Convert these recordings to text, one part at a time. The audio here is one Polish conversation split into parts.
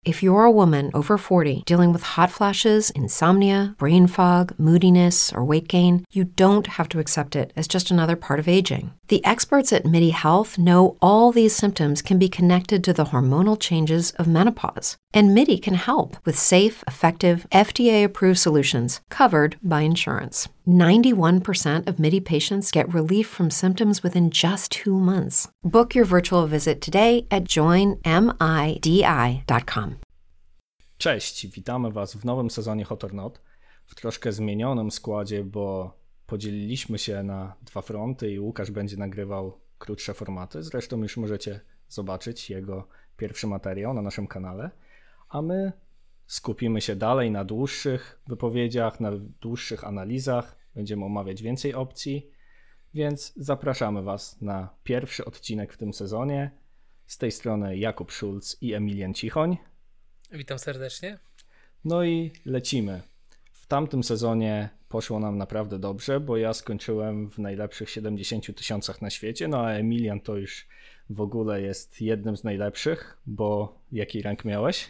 If you're a woman over 40 dealing with hot flashes, insomnia, brain fog, moodiness, or weight gain, you don't have to accept it as just another part of aging. The experts at MIDI Health know all these symptoms can be connected to the hormonal changes of menopause. And MIDI can help with safe, effective, FDA-approved solutions covered by insurance. 91% of MIDI patients get relief from symptoms within just 2 months. Book your virtual visit today at joinmidi.com. Cześć, witamy Was w nowym sezonie Hot or Not, w troszkę zmienionym składzie, bo podzieliliśmy się na 2 fronty i Łukasz będzie nagrywał krótsze formaty. Zresztą już możecie zobaczyć jego pierwszy materiał na naszym kanale, a my skupimy się dalej na dłuższych wypowiedziach, na dłuższych analizach. Będziemy omawiać więcej opcji, więc zapraszamy Was na pierwszy odcinek w tym sezonie. Z tej strony Jakub Szulc i Emilian Cichoń. Witam serdecznie. No i lecimy. W tamtym sezonie poszło nam naprawdę dobrze, bo ja skończyłem w najlepszych 70 000 na świecie, no a Emilian to już w ogóle jest jednym z najlepszych, bo jaki rank miałeś?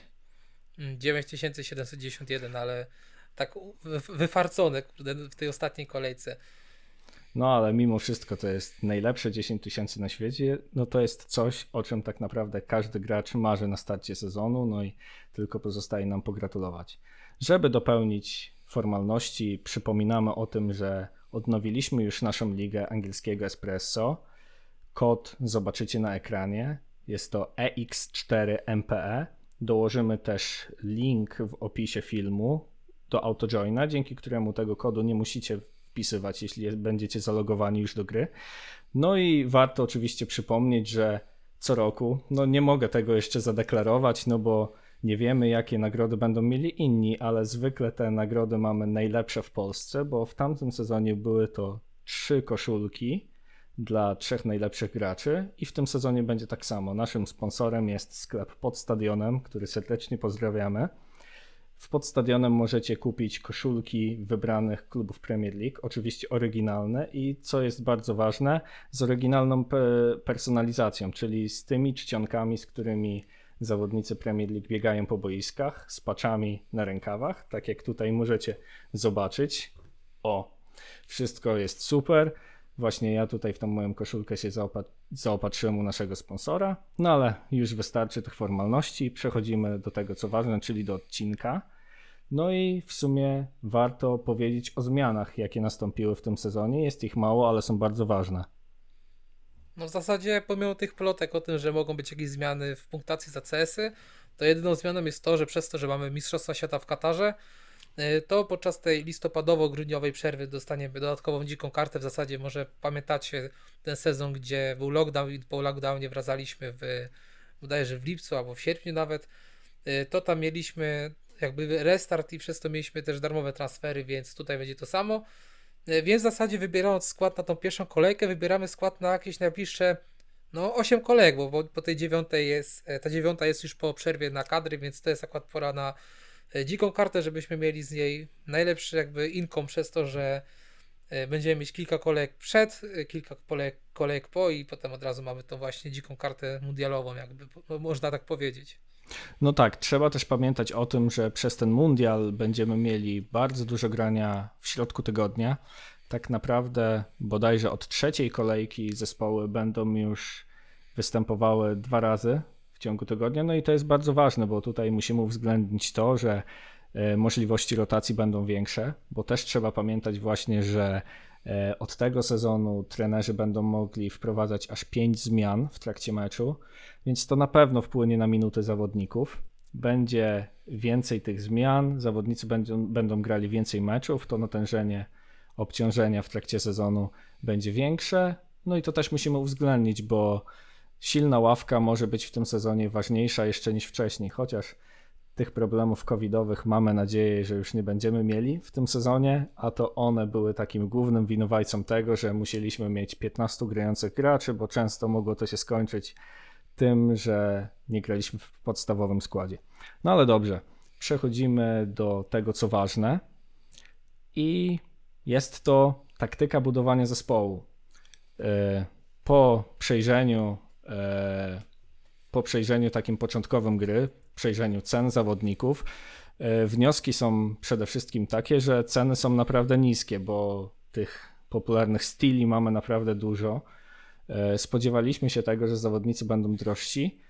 9791, ale tak wyfarcony w tej ostatniej kolejce. No ale mimo wszystko to jest najlepsze 10 000 na świecie, no to jest coś, o czym tak naprawdę każdy gracz marzy na starcie sezonu, no i tylko pozostaje nam pogratulować. Żeby dopełnić formalności, przypominamy o tym, że odnowiliśmy już naszą ligę angielskiego Espresso. Kod zobaczycie na ekranie, jest to EX4MPE. Dołożymy też link w opisie filmu do AutoJoina, dzięki któremu tego kodu nie musicie wpisywać, jeśli będziecie zalogowani już do gry. No i warto oczywiście przypomnieć, że co roku, no nie mogę tego jeszcze zadeklarować, no bo nie wiemy, jakie nagrody będą mieli inni, ale zwykle te nagrody mamy najlepsze w Polsce, bo w tamtym sezonie były to 3 koszulki dla 3 najlepszych graczy i w tym sezonie będzie tak samo. Naszym sponsorem jest sklep Pod Stadionem, który serdecznie pozdrawiamy. W Pod Stadionem możecie kupić koszulki wybranych klubów Premier League, oczywiście oryginalne i co jest bardzo ważne, z oryginalną personalizacją, czyli z tymi czcionkami, z którymi zawodnicy Premier League biegają po boiskach, z paczami na rękawach, tak jak tutaj możecie zobaczyć. O, wszystko jest super. Właśnie ja tutaj w tą moją koszulkę się zaopatrzyłem u naszego sponsora, no ale już wystarczy tych formalności, przechodzimy do tego co ważne, czyli do odcinka. No i w sumie warto powiedzieć o zmianach, jakie nastąpiły w tym sezonie. Jest ich mało, ale są bardzo ważne. No w zasadzie pomimo tych plotek o tym, że mogą być jakieś zmiany w punktacji za CS-y, to jedyną zmianą jest to, że przez to, że mamy Mistrzostwa Świata w Katarze, to podczas tej listopadowo-grudniowej przerwy dostaniemy dodatkową dziką kartę. W zasadzie może pamiętacie ten sezon, gdzie był lockdown i po lockdownie wracaliśmy bodajże w lipcu albo w sierpniu nawet, to tam mieliśmy jakby restart i przez to mieliśmy też darmowe transfery, więc tutaj będzie to samo. Więc w zasadzie wybierając skład na tą pierwszą kolejkę, wybieramy skład na jakieś najbliższe 8 kolejek, bo po tej 9 jest, ta 9 jest już po przerwie na kadry, więc to jest akurat pora na dziką kartę, żebyśmy mieli z niej najlepszy jakby income przez to, że będziemy mieć kilka kolejek przed, kilka kolejek po i potem od razu mamy tą właśnie dziką kartę mundialową, jakby można tak powiedzieć. No tak, trzeba też pamiętać o tym, że przez ten mundial będziemy mieli bardzo dużo grania w środku tygodnia. Tak naprawdę bodajże od 3. kolejki zespoły będą już występowały 2 razy w ciągu tygodnia, no i to jest bardzo ważne, bo tutaj musimy uwzględnić to, że możliwości rotacji będą większe, bo też trzeba pamiętać właśnie, że od tego sezonu trenerzy będą mogli wprowadzać aż 5 zmian w trakcie meczu, więc to na pewno wpłynie na minuty zawodników. Będzie więcej tych zmian, zawodnicy będą grali więcej meczów, to natężenie obciążenia w trakcie sezonu będzie większe, no i to też musimy uwzględnić, bo silna ławka może być w tym sezonie ważniejsza jeszcze niż wcześniej, chociaż tych problemów covidowych mamy nadzieję, że już nie będziemy mieli w tym sezonie, a to one były takim głównym winowajcą tego, że musieliśmy mieć 15 grających graczy, bo często mogło to się skończyć tym, że nie graliśmy w podstawowym składzie. No ale dobrze, przechodzimy do tego, co ważne i jest to taktyka budowania zespołu. Po przejrzeniu takim początkowym gry, przejrzeniu cen zawodników. Wnioski są przede wszystkim takie, że ceny są naprawdę niskie, bo tych popularnych styli mamy naprawdę dużo. Spodziewaliśmy się tego, że zawodnicy będą drożsi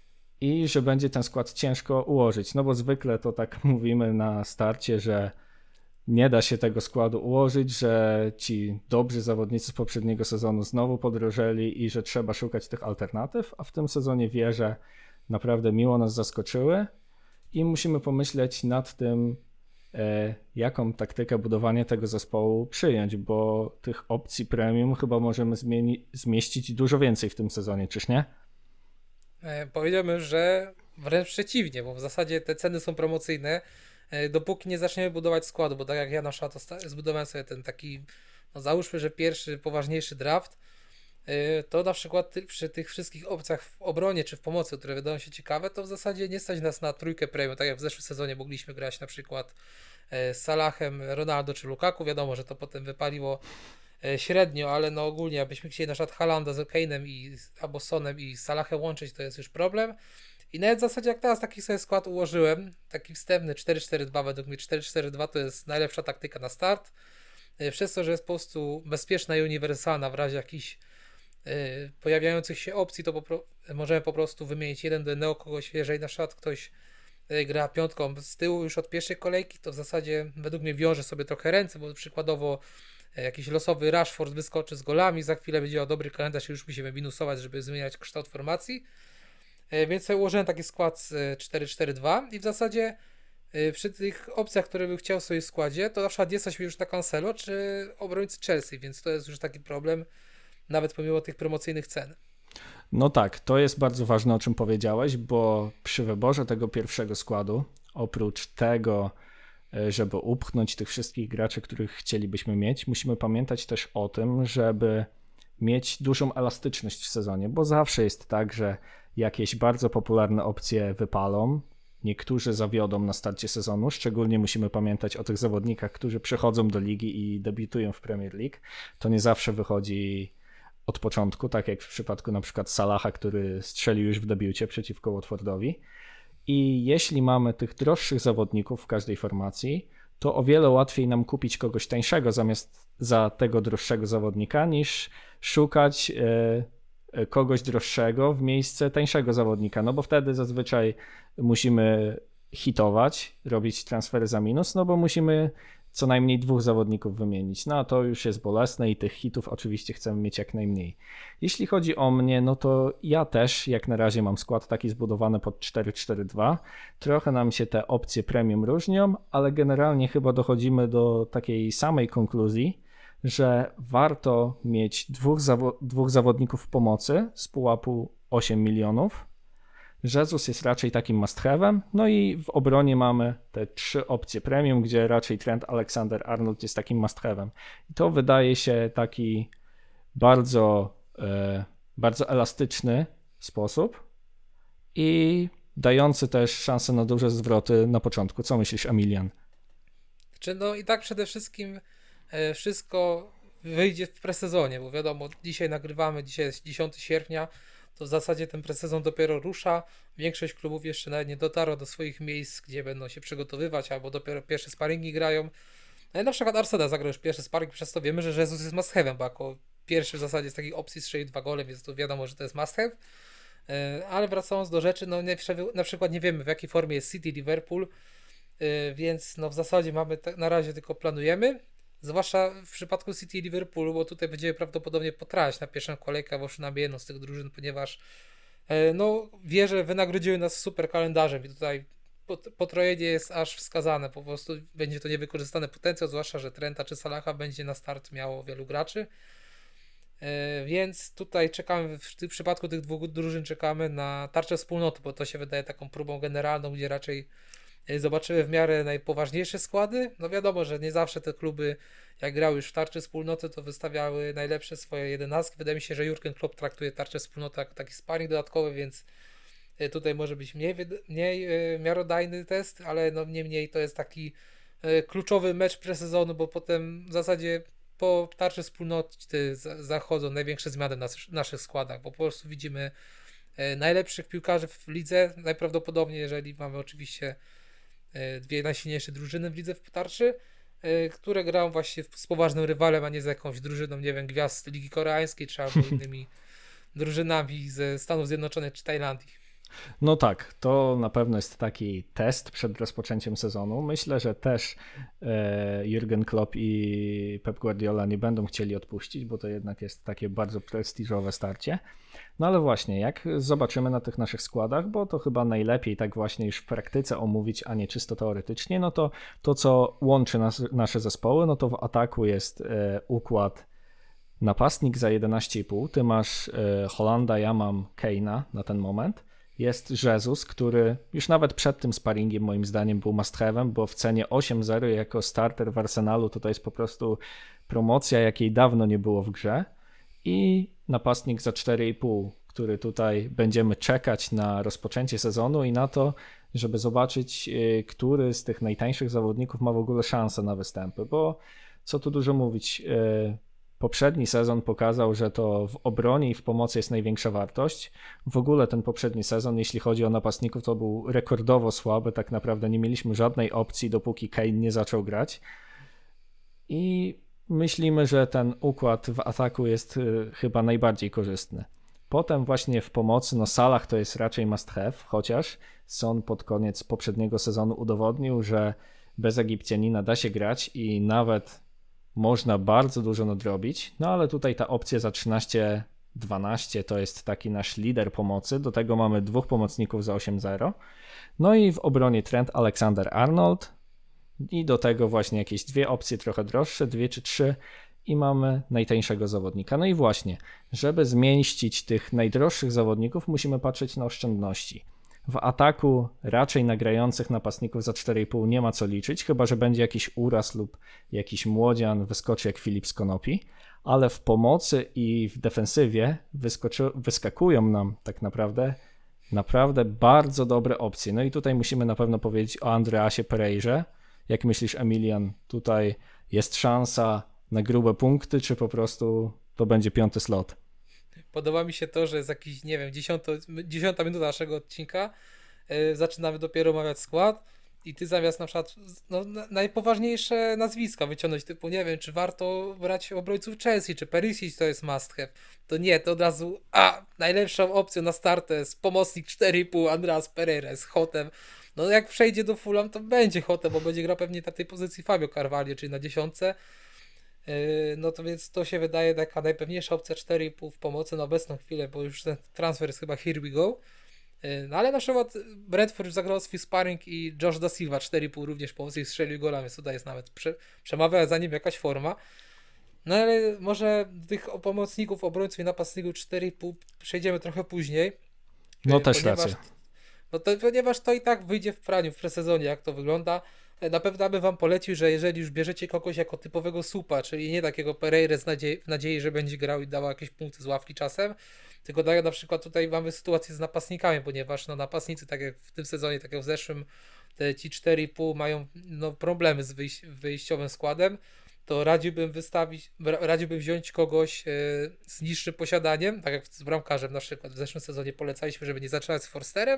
i że będzie ten skład ciężko ułożyć, no bo zwykle to tak mówimy na starcie, że nie da się tego składu ułożyć, że ci dobrzy zawodnicy z poprzedniego sezonu znowu podrożeli i że trzeba szukać tych alternatyw, a w tym sezonie wierzę, naprawdę miło nas zaskoczyły i musimy pomyśleć nad tym, jaką taktykę budowania tego zespołu przyjąć, bo tych opcji premium chyba możemy zmieścić dużo więcej w tym sezonie, czyż nie? Powiedziałbym, że wręcz przeciwnie, bo w zasadzie te ceny są promocyjne, dopóki nie zaczniemy budować składu, bo tak jak ja na przykład zbudowałem sobie ten taki, no załóżmy, że pierwszy poważniejszy draft, to na przykład przy tych wszystkich opcjach w obronie czy w pomocy, które wydają się ciekawe, to w zasadzie nie stać nas na trójkę premium, tak jak w zeszłym sezonie mogliśmy grać na przykład z Salahem, Ronaldo czy Lukaku, wiadomo, że to potem wypaliło średnio, ale no ogólnie abyśmy chcieli na przykład Haalanda z Kane'em albo Sonem i Salahem łączyć, to jest już problem. I nawet w zasadzie jak teraz taki sobie skład ułożyłem, taki wstępny 4-4-2, według mnie 4-4-2 to jest najlepsza taktyka na start, przez to, że jest po prostu bezpieczna i uniwersalna w razie jakichś pojawiających się opcji, to możemy po prostu wymienić jeden do jednego kogoś, jeżeli na przykład ktoś gra piątką z tyłu już od pierwszej kolejki, to w zasadzie według mnie wiąże sobie trochę ręce, bo przykładowo jakiś losowy Rashford wyskoczy z golami, za chwilę będzie miał dobry kalendarz i już musimy minusować, żeby zmieniać kształt formacji. Więc sobie ułożyłem taki skład 4-4-2 i w zasadzie przy tych opcjach, które bym chciał sobie w składzie, to na przykład jesteśmy już na Cancelo czy obrońcy Chelsea, więc to jest już taki problem, nawet pomimo tych promocyjnych cen. No tak, to jest bardzo ważne, o czym powiedziałeś, bo przy wyborze tego pierwszego składu, oprócz tego, żeby upchnąć tych wszystkich graczy, których chcielibyśmy mieć, musimy pamiętać też o tym, żeby mieć dużą elastyczność w sezonie, bo zawsze jest tak, że jakieś bardzo popularne opcje wypalą, niektórzy zawiodą na starcie sezonu, szczególnie musimy pamiętać o tych zawodnikach, którzy przychodzą do ligi i debiutują w Premier League. To nie zawsze wychodzi od początku, tak jak w przypadku na przykład Salaha, który strzelił już w debiucie przeciwko Watfordowi. I jeśli mamy tych droższych zawodników w każdej formacji, to o wiele łatwiej nam kupić kogoś tańszego za tego droższego zawodnika, niż szukać kogoś droższego w miejsce tańszego zawodnika, no bo wtedy zazwyczaj musimy hitować, robić transfery za minus, no bo musimy co najmniej 2 zawodników wymienić. No a to już jest bolesne i tych hitów oczywiście chcemy mieć jak najmniej. Jeśli chodzi o mnie, no to ja też jak na razie mam skład taki zbudowany pod 4-4-2. Trochę nam się te opcje premium różnią, ale generalnie chyba dochodzimy do takiej samej konkluzji, że warto mieć 2 zawodników w pomocy z pułapu 8 milionów. Jesus jest raczej takim must-have'em, no i w obronie mamy te 3 opcje premium, gdzie raczej Trent Alexander-Arnold jest takim must-have'em. I to wydaje się taki bardzo, bardzo elastyczny sposób i dający też szansę na duże zwroty na początku. Co myślisz, Emilian? No i tak przede wszystkim wszystko wyjdzie w presezonie, bo wiadomo, dzisiaj nagrywamy, dzisiaj jest 10 sierpnia, to w zasadzie ten presezon dopiero rusza. Większość klubów jeszcze nawet nie dotarła do swoich miejsc, gdzie będą się przygotowywać, albo dopiero pierwsze sparingi grają. Na przykład Arsenal zagrał już pierwszy sparing, przez to wiemy, że Jesus jest must have'em, bo jako pierwszy w zasadzie z takich opcji strzelił 2 gole, więc to wiadomo, że to jest must have. Ale wracając do rzeczy, no na przykład nie wiemy, w jakiej formie jest City, Liverpool, więc no w zasadzie mamy na razie tylko planujemy. Zwłaszcza w przypadku City i Liverpoolu, bo tutaj będziemy prawdopodobnie potrafić na pierwszą kolejkę, bo przynajmniej jedną z tych drużyn, ponieważ no wierzę, wynagrodziły nas super kalendarzem i tutaj potrojenie jest aż wskazane, po prostu będzie to niewykorzystany potencjał, zwłaszcza, że Trenta czy Salaha będzie na start miało wielu graczy, więc tutaj czekamy, w przypadku tych 2 drużyn czekamy na tarczę wspólnoty, bo to się wydaje taką próbą generalną, gdzie raczej zobaczymy w miarę najpoważniejsze składy. No wiadomo, że nie zawsze te kluby, jak grały już w tarczy wspólnoty, to wystawiały najlepsze swoje 11. Wydaje mi się, że Jurgen Klopp traktuje tarczę wspólnoty jako taki sparring dodatkowy, więc tutaj może być mniej miarodajny test, ale no niemniej to jest taki kluczowy mecz presezonu, bo potem w zasadzie po tarczy wspólnoty zachodzą największe zmiany w naszych składach, bo po prostu widzimy najlepszych piłkarzy w lidze, najprawdopodobniej, jeżeli mamy oczywiście dwie najsilniejsze drużyny w lidze w tarczy, które grają właśnie z poważnym rywalem, a nie z jakąś drużyną, nie wiem, gwiazd Ligi Koreańskiej, czy albo innymi drużynami ze Stanów Zjednoczonych czy Tajlandii. No tak, to na pewno jest taki test przed rozpoczęciem sezonu. Myślę, że też Jurgen Klopp i Pep Guardiola nie będą chcieli odpuścić, bo to jednak jest takie bardzo prestiżowe starcie. No ale właśnie, jak zobaczymy na tych naszych składach, bo to chyba najlepiej tak właśnie już w praktyce omówić, a nie czysto teoretycznie, no to co łączy nasze zespoły, no to w ataku jest układ napastnik za 11,5. Ty masz Holanda, ja mam Kane'a na ten moment. Jest Jesus, który już nawet przed tym sparingiem moim zdaniem był must have'em, bo w cenie 8,0 jako starter w Arsenalu to jest po prostu promocja, jakiej dawno nie było w grze. I napastnik za 4,5, który tutaj będziemy czekać na rozpoczęcie sezonu i na to, żeby zobaczyć, który z tych najtańszych zawodników ma w ogóle szansę na występy, bo co tu dużo mówić, poprzedni sezon pokazał, że to w obronie i w pomocy jest największa wartość. W ogóle ten poprzedni sezon, jeśli chodzi o napastników, to był rekordowo słaby. Tak naprawdę nie mieliśmy żadnej opcji, dopóki Kane nie zaczął grać. I myślimy, że ten układ w ataku jest chyba najbardziej korzystny. Potem właśnie w pomocy, no Salah to jest raczej must have, chociaż Son pod koniec poprzedniego sezonu udowodnił, że bez Egipcjanina da się grać i nawet można bardzo dużo nadrobić, no ale tutaj ta opcja za 13-12 to jest taki nasz lider pomocy, do tego mamy dwóch pomocników za 8,0, no i w obronie Trent Alexander-Arnold i do tego właśnie jakieś dwie opcje trochę droższe, 2 czy 3 i mamy najtańszego zawodnika. No i właśnie, żeby zmieścić tych najdroższych zawodników musimy patrzeć na oszczędności. W ataku raczej na grających napastników za 4,5 nie ma co liczyć, chyba że będzie jakiś uraz lub jakiś młodzian wyskoczy jak Filip z Konopi, ale w pomocy i w defensywie wyskakują nam tak naprawdę bardzo dobre opcje. No i tutaj musimy na pewno powiedzieć o Andreasie Pereirze. Jak myślisz, Emilian, tutaj jest szansa na grube punkty, czy po prostu to będzie 5. slot? Podoba mi się to, że jest jakiś, nie wiem, 10 minuta naszego odcinka, zaczynamy dopiero omawiać skład i ty zamiast na przykład najpoważniejsze nazwiska wyciągnąć, typu nie wiem, czy warto brać obrońców Chelsea, czy Perisic to jest must have, to nie, to od razu najlepszą opcją na start jest pomocnik 4,5 Andreas Pereira z hotem. No jak przejdzie do Fulham, to będzie hotem, bo będzie grał pewnie na tej pozycji Fabio Carvalho, czyli na 10. No to więc to się wydaje taka najpewniejsza opcja 4,5 w pomocy na obecną chwilę, bo już ten transfer jest chyba here we go. No ale na przykład Brentford już zagrał swój sparring i Josh Da Silva 4,5 również pomocy i strzelił gola, więc tutaj jest nawet przemawia za nim jakaś forma. No ale może tych pomocników, obrońców i napastników 4,5 przejdziemy trochę później. No też racja. Ponieważ to i tak wyjdzie w praniu w presezonie, jak to wygląda. Na pewno bym wam polecił, że jeżeli już bierzecie kogoś jako typowego supa, czyli nie takiego Pereira w nadziei, że będzie grał i dawał jakieś punkty z ławki czasem, tylko daje na przykład tutaj mamy sytuację z napastnikami, ponieważ napastnicy, tak jak w tym sezonie, tak jak w zeszłym, ci 4,5 mają problemy z wyjściowym składem, to radziłbym wziąć kogoś z niższym posiadaniem, tak jak z bramkarzem na przykład w zeszłym sezonie polecaliśmy, żeby nie zaczynać z Forsterem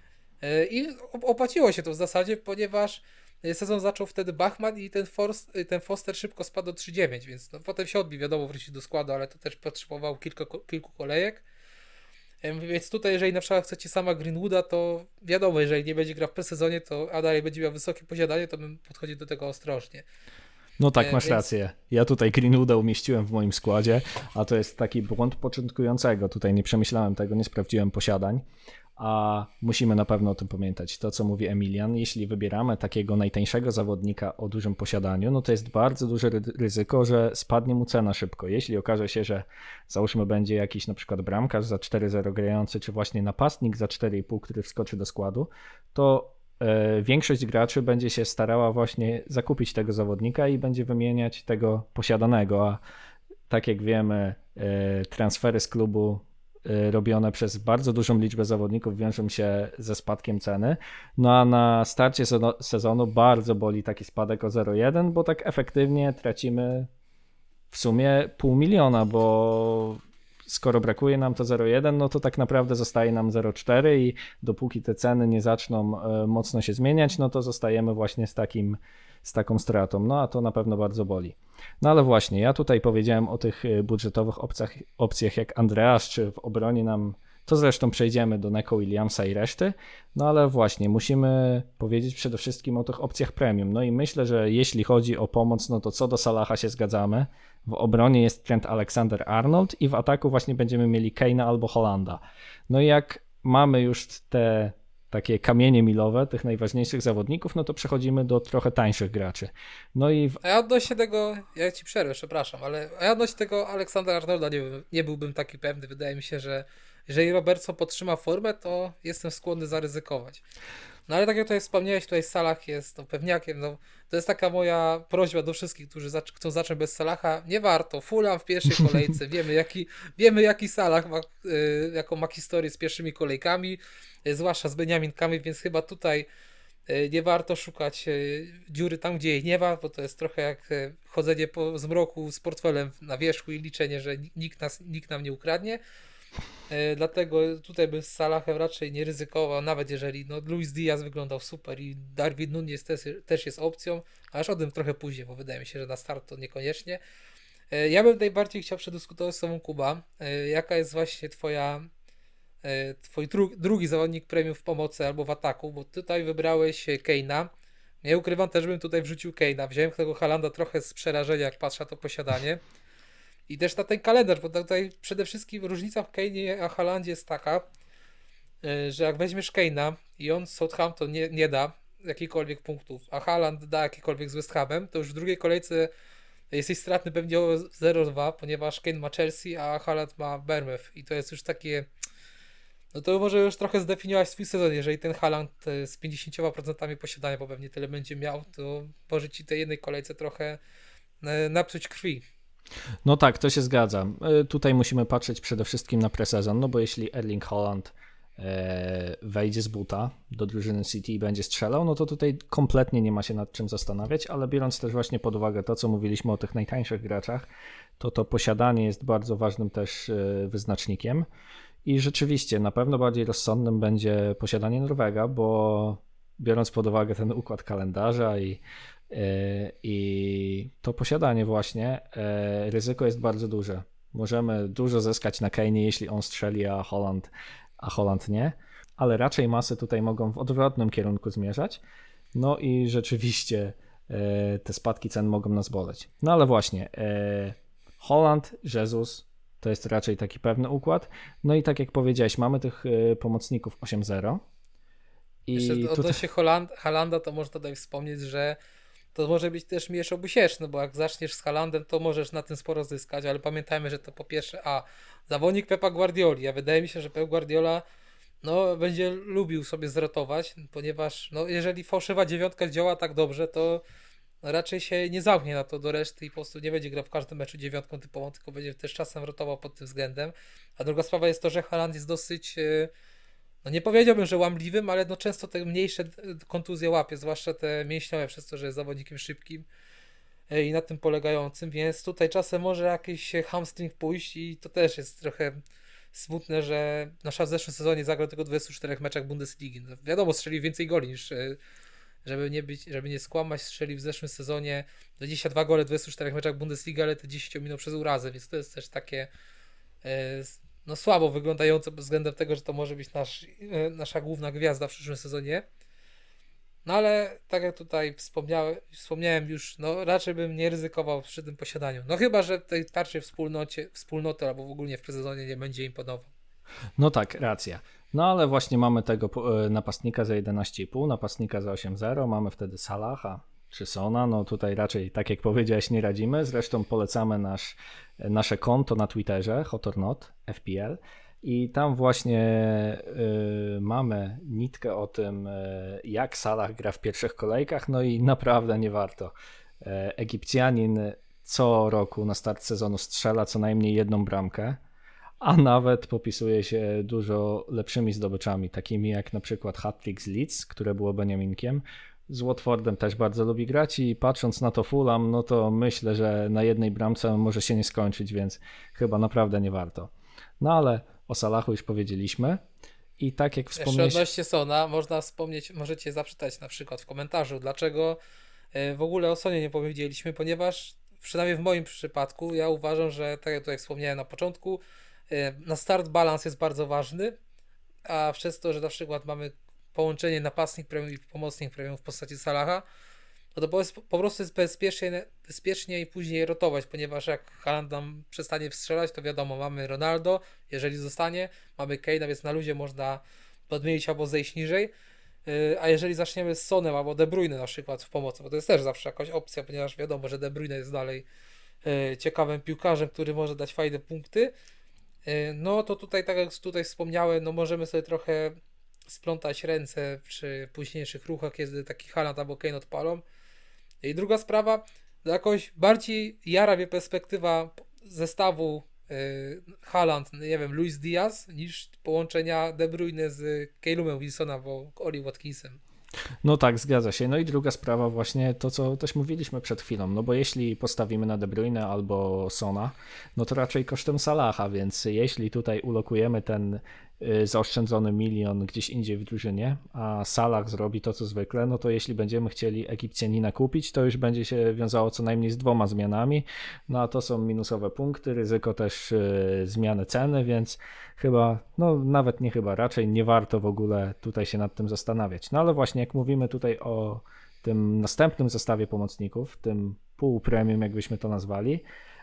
i opłaciło się to w zasadzie, ponieważ sezon zaczął wtedy Bachmann i ten Foster szybko spadł do 3,9, więc potem się odbił, wiadomo, wrócił do składu, ale to też potrzebował kilku kolejek. Więc tutaj, jeżeli na przykład chcecie sama Greenwooda, to wiadomo, jeżeli nie będzie grał w presezonie, a dalej będzie miał wysokie posiadanie, to bym podchodził do tego ostrożnie. No tak, masz rację. Ja tutaj Greenwooda umieściłem w moim składzie, a to jest taki błąd początkującego. Tutaj nie przemyślałem tego, nie sprawdziłem posiadań, a musimy na pewno o tym pamiętać. To, co mówi Emilian, jeśli wybieramy takiego najtańszego zawodnika o dużym posiadaniu, no to jest bardzo duże ryzyko, że spadnie mu cena szybko. Jeśli okaże się, że załóżmy będzie jakiś na przykład bramkarz za 4,0 grający, czy właśnie napastnik za 4,5, który wskoczy do składu, to większość graczy będzie się starała właśnie zakupić tego zawodnika i będzie wymieniać tego posiadanego, a tak jak wiemy, transfery z klubu robione przez bardzo dużą liczbę zawodników wiążą się ze spadkiem ceny, no a na starcie sezonu bardzo boli taki spadek o 0,1, bo tak efektywnie tracimy w sumie 500 000, bo skoro brakuje nam to 0,1, no to tak naprawdę zostaje nam 0,4 i dopóki te ceny nie zaczną mocno się zmieniać, no to zostajemy właśnie z taką stratą, no a to na pewno bardzo boli. No ale właśnie, ja tutaj powiedziałem o tych budżetowych opcjach jak Andreas, czy w obronie nam, to zresztą przejdziemy do Neco Williamsa i reszty, no ale właśnie musimy powiedzieć przede wszystkim o tych opcjach premium. No i myślę, że jeśli chodzi o pomoc, no to co do Salaha się zgadzamy. W obronie jest Trent Alexander-Arnold i w ataku właśnie będziemy mieli Kane'a albo Hollanda. No i jak mamy już te takie kamienie milowe tych najważniejszych zawodników, no to przechodzimy do trochę tańszych graczy. No i A ja odnośnie tego, ja ci przerwę, przepraszam, ale ja odnośnie tego Aleksandra Arnolda nie byłbym taki pewny. Wydaje mi się, że jeżeli Robertson podtrzyma formę, to jestem skłonny zaryzykować. No ale tak jak tutaj wspomniałeś, tutaj Salah jest pewniakiem, no to jest taka moja prośba do wszystkich, którzy chcą zacząć bez Salaha. Nie warto, Fulham w pierwszej kolejce, wiemy jaki Salah ma, jaką ma historię z pierwszymi kolejkami, zwłaszcza z Beniaminkami, więc chyba tutaj nie warto szukać dziury tam, gdzie jej nie ma, bo to jest trochę jak chodzenie po zmroku z portfelem na wierzchu i liczenie, że nikt nam nie ukradnie. Dlatego tutaj bym z Salahem raczej nie ryzykował, nawet jeżeli Luis Diaz wyglądał super i Darwin Núñez też jest opcją, a aż o tym trochę później, bo wydaje mi się, że na start to niekoniecznie. Ja bym najbardziej chciał przedyskutować z tobą, Kuba, jaka jest właśnie twój drugi zawodnik premium w pomocy albo w ataku, bo tutaj wybrałeś Kane'a. Nie ukrywam, też bym tutaj wrzucił Kane'a. Wziąłem tego Haalanda trochę z przerażenia, jak patrzę na to posiadanie. I też na ten kalendarz, bo tutaj przede wszystkim różnica w Kane'ie a Haalandzie jest taka, że jak weźmiesz Kane'a i on z Southampton nie da jakichkolwiek punktów, a Haaland da jakikolwiek z West Hamem, to już w drugiej kolejce jesteś stratny pewnie o 0,2, ponieważ Kane ma Chelsea, a Haaland ma Bournemouth i to jest już takie, no to może już trochę zdefiniować swój sezon. Jeżeli ten Haaland z 50% posiadania, bo pewnie tyle będzie miał, to może ci tej jednej kolejce trochę napsuć krwi. No tak, to się zgadza. Tutaj musimy patrzeć przede wszystkim na presezon, no bo jeśli Erling Haaland wejdzie z buta do drużyny City i będzie strzelał, no to tutaj kompletnie nie ma się nad czym zastanawiać, ale biorąc też właśnie pod uwagę to, co mówiliśmy o tych najtańszych graczach, to posiadanie jest bardzo ważnym też wyznacznikiem i rzeczywiście na pewno bardziej rozsądnym będzie posiadanie Norwega, bo biorąc pod uwagę ten układ kalendarza i to posiadanie właśnie, ryzyko jest bardzo duże. Możemy dużo zyskać na Kane'ie, jeśli on strzeli, a Haaland nie, ale raczej masy tutaj mogą w odwrotnym kierunku zmierzać. No i rzeczywiście te spadki cen mogą nas boleć. No ale właśnie, Haaland, Jesus to jest raczej taki pewny układ. No i tak jak powiedziałeś, mamy tych pomocników 8-0. Jeszcze odnośnie Haalanda, to można tutaj wspomnieć, że to może być też miecz obusieczny, bo jak zaczniesz z Haalandem, to możesz na tym sporo zyskać, ale pamiętajmy, że to po pierwsze zawodnik Pepa Guardioli, a wydaje mi się, że Pep Guardiola będzie lubił sobie zrotować, ponieważ jeżeli fałszywa dziewiątka działa tak dobrze, to raczej się nie zamknie na to do reszty i po prostu nie będzie grał w każdym meczu dziewiątką typową, tylko będzie też czasem rotował pod tym względem. A druga sprawa jest to, że Haaland jest dosyć, nie powiedziałbym, że łamliwym, ale często te mniejsze kontuzje łapie, zwłaszcza te mięśniowe, przez to, że jest zawodnikiem szybkim i na tym polegającym, więc tutaj czasem może jakiś hamstring pójść i to też jest trochę smutne, że w zeszłym sezonie zagrał tylko 24 meczach Bundesligi. No, wiadomo, strzelił więcej goli niż, żeby nie skłamać, strzelił w zeszłym sezonie 22 gole w 24 meczach Bundesligi, ale te 10 minął przez urazę, więc to jest też takie słabo wyglądające pod względem tego, że to może być nasza główna gwiazda w przyszłym sezonie. No ale tak jak tutaj wspomniałem już, raczej bym nie ryzykował przy tym posiadaniu. No chyba, że tej tarczy wspólnoty albo w ogóle w presezonie nie będzie imponował. No tak, racja. No ale właśnie mamy tego napastnika za 11,5, napastnika za 8,0, mamy wtedy Salaha czy Sona, no tutaj raczej, tak jak powiedziałeś, nie radzimy. Zresztą polecamy nasze konto na Twitterze, Hot or Not, FPL. I tam właśnie mamy nitkę o tym, jak Salah gra w pierwszych kolejkach, no i naprawdę nie warto. Egipcjanin co roku na start sezonu strzela co najmniej jedną bramkę, a nawet popisuje się dużo lepszymi zdobyczami, takimi jak na przykład hat-trick z Leeds, które było Beniaminkiem. Z Watfordem też bardzo lubi grać i patrząc na to Fulham, no to myślę, że na jednej bramce może się nie skończyć, więc chyba naprawdę nie warto. No ale o Salachu już powiedzieliśmy i tak jak wspomniałeś... Jeszcze odnośnie Sona, można wspomnieć, możecie zapytać na przykład w komentarzu, dlaczego w ogóle o Sonie nie powiedzieliśmy, ponieważ przynajmniej w moim przypadku ja uważam, że tak jak tutaj wspomniałem na początku, na start balans jest bardzo ważny, a przez to, że na przykład mamy połączenie napastnik premium i pomocnik premium w postaci Salaha, no to po prostu jest bezpieczniej później rotować, ponieważ jak Haaland nam przestanie strzelać, to wiadomo, mamy Ronaldo, jeżeli zostanie, mamy Kane'a, więc na luzie można podmienić albo zejść niżej, a jeżeli zaczniemy z Sonem albo De Bruyne na przykład w pomocy, bo to jest też zawsze jakaś opcja, ponieważ wiadomo, że De Bruyne jest dalej ciekawym piłkarzem, który może dać fajne punkty, no to tutaj, tak jak tutaj wspomniałem, no możemy sobie trochę splątać ręce przy późniejszych ruchach, kiedy taki Haaland albo Kane odpalą. I druga sprawa, jakoś bardziej jara mnie perspektywa zestawu Haaland, nie wiem, Luis Diaz, niż połączenia De Bruyne z Callumem Wilsona, bo Oli Watkinsem. No tak, zgadza się. No i druga sprawa właśnie to, co też mówiliśmy przed chwilą, no bo jeśli postawimy na De Bruyne albo Sona, no to raczej kosztem Salaha, więc jeśli tutaj ulokujemy ten zaoszczędzony milion gdzieś indziej w drużynie, a Salah zrobi to co zwykle, no to jeśli będziemy chcieli Egipcjanina kupić, to już będzie się wiązało co najmniej z 2 zmianami, no a to są minusowe punkty, ryzyko też zmiany ceny, więc chyba, no nawet nie chyba, raczej nie warto w ogóle tutaj się nad tym zastanawiać. No ale właśnie jak mówimy tutaj o tym następnym zestawie pomocników, tym pół premium jakbyśmy to nazwali,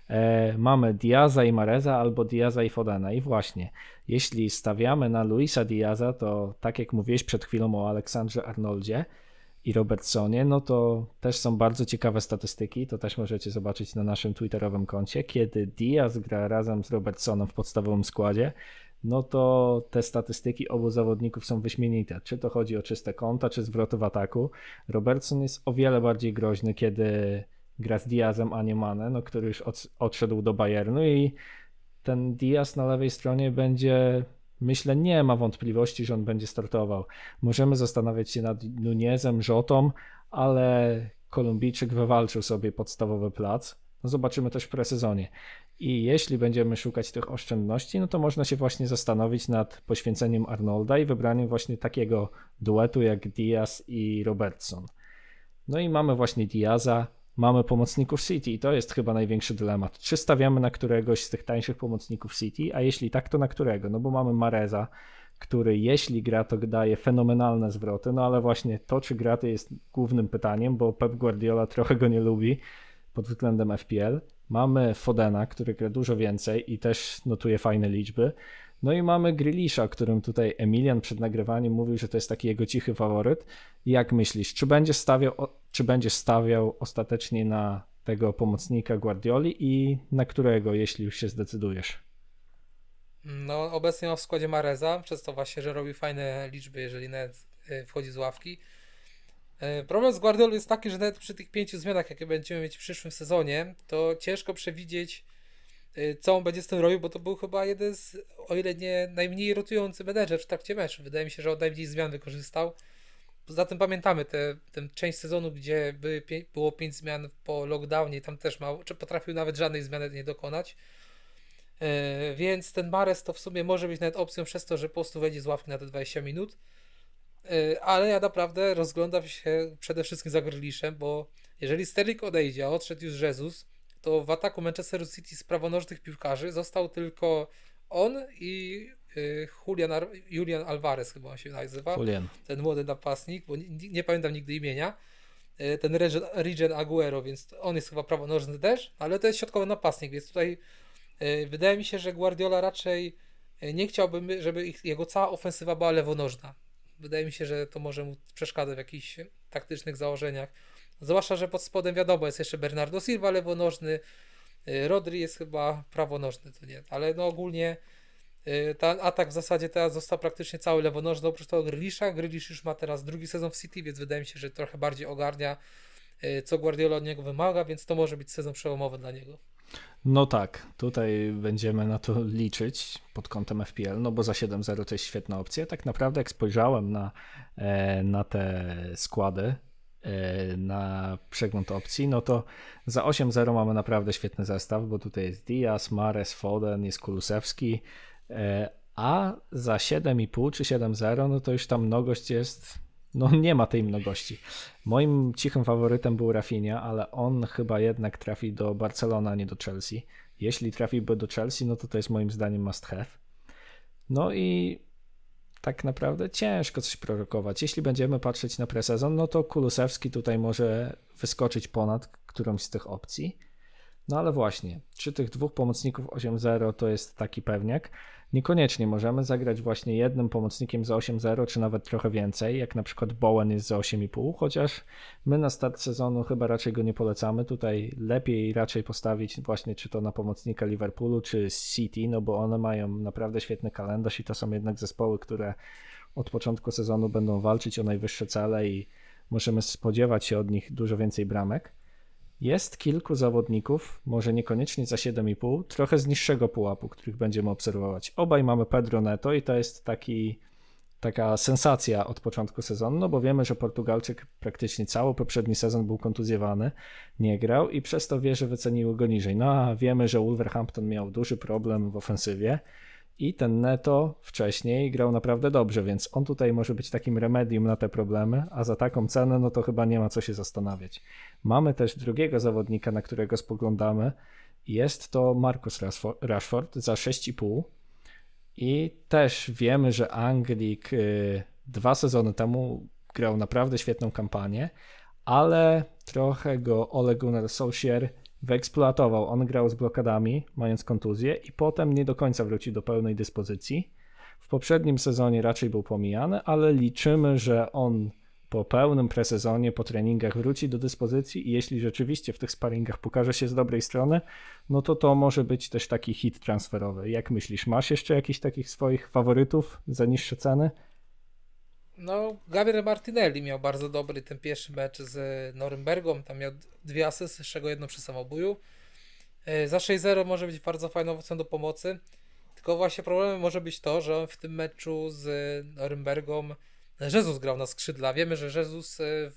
mamy Diaza i Mareza albo Diaza i Fodena i właśnie, jeśli stawiamy na Luisa Diaza, to tak jak mówiłeś przed chwilą o Aleksandrze Arnoldzie i Robertsonie, no to też są bardzo ciekawe statystyki, to też możecie zobaczyć na naszym twitterowym koncie, kiedy Diaz gra razem z Robertsonem w podstawowym składzie, no to te statystyki obu zawodników są wyśmienite, czy to chodzi o czyste konta, czy zwroty w ataku. Robertson jest o wiele bardziej groźny, kiedy gra z Diazem, a nie Mane, no, który już odszedł do Bayernu i ten Diaz na lewej stronie będzie, myślę, nie ma wątpliwości, że on będzie startował. Możemy zastanawiać się nad Nunezem, Jotą, ale Kolumbijczyk wywalczył sobie podstawowy plac. No zobaczymy też w presezonie. I jeśli będziemy szukać tych oszczędności, no to można się właśnie zastanowić nad poświęceniem Arnolda i wybraniem właśnie takiego duetu jak Diaz i Robertson. No i mamy właśnie Diaza, mamy pomocników City i to jest chyba największy dylemat. Czy stawiamy na któregoś z tych tańszych pomocników City, a jeśli tak, to na którego? No bo mamy Mareza, który jeśli gra, to daje fenomenalne zwroty, no ale właśnie to, czy gra, to jest głównym pytaniem, bo Pep Guardiola trochę go nie lubi pod względem FPL. Mamy Fodena, który gra dużo więcej i też notuje fajne liczby. No i mamy Grealisha, o którym tutaj Emilian przed nagrywaniem mówił, że to jest taki jego cichy faworyt. Jak myślisz, czy będzie stawiał ostatecznie na tego pomocnika Guardioli i na którego, jeśli już się zdecydujesz? No obecnie ma w składzie Mareza, przez to właśnie, że robi fajne liczby, jeżeli nawet wchodzi z ławki. Problem z Guardiolą jest taki, że nawet przy tych 5 zmianach, jakie będziemy mieć w przyszłym sezonie, to ciężko przewidzieć, co on będzie z tym robił, bo to był chyba jeden z, o ile nie najmniej rotujący menedżer w trakcie meczu. Wydaje mi się, że on najmniej zmian wykorzystał. Poza tym pamiętamy tę część sezonu, gdzie było 5 zmian po lockdownie i tam też czy potrafił nawet żadnej zmiany nie dokonać. Więc ten Mahrez to w sumie może być nawet opcją przez to, że po prostu wejdzie z ławki na te 20 minut. Ale ja naprawdę rozglądam się przede wszystkim za Grealishem, bo jeżeli Sterling odejdzie, a odszedł już Jesus, to w ataku Manchester City z prawonożnych piłkarzy został tylko on i Julian Alvarez chyba on się nazywa. Ten młody napastnik, bo nie pamiętam nigdy imienia. Ten Regen Aguero, więc on jest chyba prawonożny też, ale to jest środkowy napastnik, więc tutaj wydaje mi się, że Guardiola raczej nie chciałby, żeby jego cała ofensywa była lewonożna. Wydaje mi się, że to może mu przeszkadzać w jakichś taktycznych założeniach. Zwłaszcza, że pod spodem wiadomo, jest jeszcze Bernardo Silva lewonożny, Rodri jest chyba prawonożny, to nie, ale no ogólnie ten atak w zasadzie teraz został praktycznie cały lewonożny, oprócz tego Grealisha. Grealish już ma teraz drugi sezon w City, więc wydaje mi się, że trochę bardziej ogarnia, co Guardiola od niego wymaga, więc to może być sezon przełomowy dla niego. No tak, tutaj będziemy na to liczyć pod kątem FPL, no bo za 7-0 to jest świetna opcja. Tak naprawdę jak spojrzałem na te składy, na przegląd opcji, no to za 8-0 mamy naprawdę świetny zestaw, bo tutaj jest Diaz, Mahrez, Foden, jest Kulusewski, A za 7,5 czy 7,0 no to już ta mnogość jest, no nie ma tej mnogości. Moim cichym faworytem był Rafinha, ale on chyba jednak trafi do Barcelony, a nie do Chelsea. Jeśli trafiłby do Chelsea, no to jest moim zdaniem must have. No i tak naprawdę ciężko coś prorokować. Jeśli będziemy patrzeć na presezon, no to Kulusewski tutaj może wyskoczyć ponad którąś z tych opcji. No ale właśnie, czy tych dwóch pomocników 8-0 to jest taki pewniak? Niekoniecznie możemy zagrać właśnie jednym pomocnikiem za 8-0, czy nawet trochę więcej, jak na przykład Bowen jest za 8,5, chociaż my na start sezonu chyba raczej go nie polecamy. Tutaj lepiej raczej postawić właśnie czy to na pomocnika Liverpoolu, czy City, no bo one mają naprawdę świetny kalendarz i to są jednak zespoły, które od początku sezonu będą walczyć o najwyższe cele i możemy spodziewać się od nich dużo więcej bramek. Jest kilku zawodników, może niekoniecznie za 7,5, trochę z niższego pułapu, których będziemy obserwować. Obaj mamy Pedro Neto i to jest taka sensacja od początku sezonu, no bo wiemy, że Portugalczyk praktycznie cały poprzedni sezon był kontuzjowany, nie grał i przez to wieże wyceniły go niżej. No a wiemy, że Wolverhampton miał duży problem w ofensywie i ten Neto wcześniej grał naprawdę dobrze, więc on tutaj może być takim remedium na te problemy, a za taką cenę no to chyba nie ma co się zastanawiać. Mamy też drugiego zawodnika, na którego spoglądamy. Jest to Marcus Rashford za 6,5 i też wiemy, że Anglik 2 sezony temu grał naprawdę świetną kampanię, ale trochę go Ole Gunnar Solskjaer wyeksploatował. On grał z blokadami, mając kontuzję i potem nie do końca wrócił do pełnej dyspozycji. W poprzednim sezonie raczej był pomijany, ale liczymy, że on po pełnym presezonie, po treningach wróci do dyspozycji i jeśli rzeczywiście w tych sparingach pokaże się z dobrej strony, no to może być też taki hit transferowy. Jak myślisz, masz jeszcze jakichś takich swoich faworytów za niższe ceny? No, Gabriel Martinelli miał bardzo dobry ten pierwszy mecz z Norymbergą, tam miał 2 asysty, z czego jedno przy samobuju. Za 6-0 może być bardzo fajną opcją do pomocy, tylko właśnie problemem może być to, że on w tym meczu z Norymbergą Jesus grał na skrzydle. Wiemy, że Jesus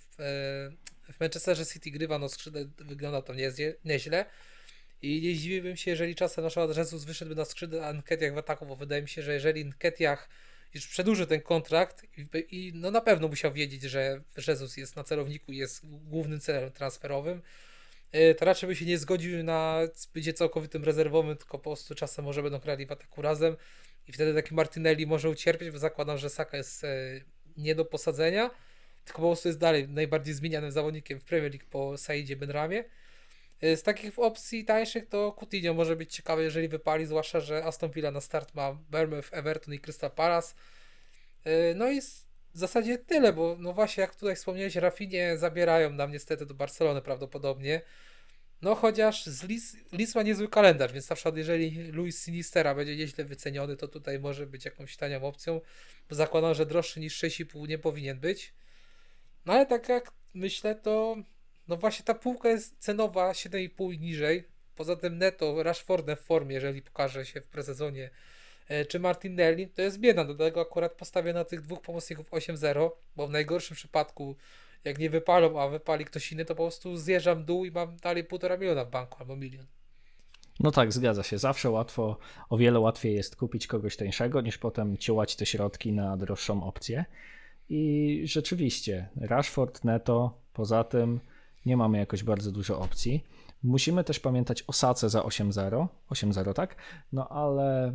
w Manchesterze City grywa na skrzydle, wygląda to nieźle i nie zdziwiłbym się, jeżeli czasem na przykład Jesus wyszedłby na skrzydle, a Nketiah w ataku, bo wydaje mi się, że jeżeli Nketiah już przedłuży ten kontrakt i no na pewno musiał wiedzieć, że Jesus jest na celowniku i jest głównym celem transferowym, to raczej by się nie zgodził na bycie całkowitym rezerwowym, tylko po prostu czasem może będą grali w ataku razem i wtedy taki Martinelli może ucierpieć, bo zakładam, że Saka jest nie do posadzenia, tylko po prostu jest dalej najbardziej zmienianym zawodnikiem w Premier League po Saidzie Benramie. Z takich opcji tańszych to Coutinho może być ciekawy, jeżeli wypali, zwłaszcza, że Aston Villa na start ma Bournemouth, Everton i Crystal Palace. No i w zasadzie tyle, bo no właśnie jak tutaj wspomniałeś, Rafinha zabierają nam niestety do Barcelony prawdopodobnie. No chociaż Leeds ma niezły kalendarz, więc na przykład jeżeli Luis Sinistera będzie nieźle wyceniony, to tutaj może być jakąś tanią opcją, bo zakładam, że droższy niż 6,5 nie powinien być. No ale tak jak myślę, to no właśnie ta półka jest cenowa 7,5 i niżej. Poza tym Neto, Rashfordem w formie, jeżeli pokaże się w presezonie, czy Martinelli, to jest bieda. Dlatego akurat postawię na tych dwóch pomocników 8-0, bo w najgorszym przypadku, jak nie wypalą, a wypali ktoś inny, to po prostu zjeżdżam dół i mam dalej 1,5 miliona w banku albo 1 milion. No tak, zgadza się. Zawsze o wiele łatwiej jest kupić kogoś tańszego, niż potem ciułać te środki na droższą opcję. I rzeczywiście, Rashford, Neto, poza tym nie mamy jakoś bardzo dużo opcji. Musimy też pamiętać o Sace za 8-0, tak? No ale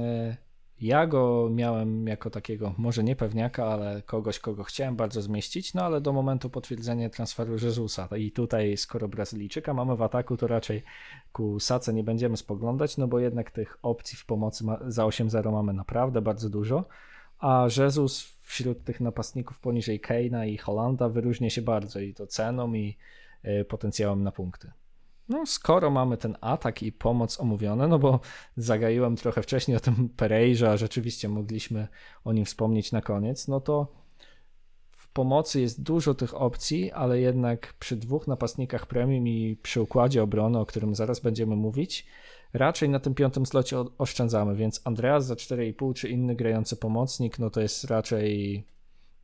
ja go miałem jako takiego, może nie pewniaka, ale kogoś, kogo chciałem bardzo zmieścić, no ale do momentu potwierdzenia transferu Jezusa. I tutaj, skoro Brazylijczyka mamy w ataku, to raczej ku Sace nie będziemy spoglądać, no bo jednak tych opcji w pomocy za 8-0 mamy naprawdę bardzo dużo, a Jesus wśród tych napastników poniżej Kane'a i Hollanda wyróżnia się bardzo i to ceną i potencjałem na punkty. No skoro mamy ten atak i pomoc omówione, no bo zagaiłem trochę wcześniej o tym Pereirze, a rzeczywiście mogliśmy o nim wspomnieć na koniec, no to w pomocy jest dużo tych opcji, ale jednak przy dwóch napastnikach premium i przy układzie obrony, o którym zaraz będziemy mówić, raczej na tym 5. slocie oszczędzamy, więc Andreas za 4,5 czy inny grający pomocnik, no to jest raczej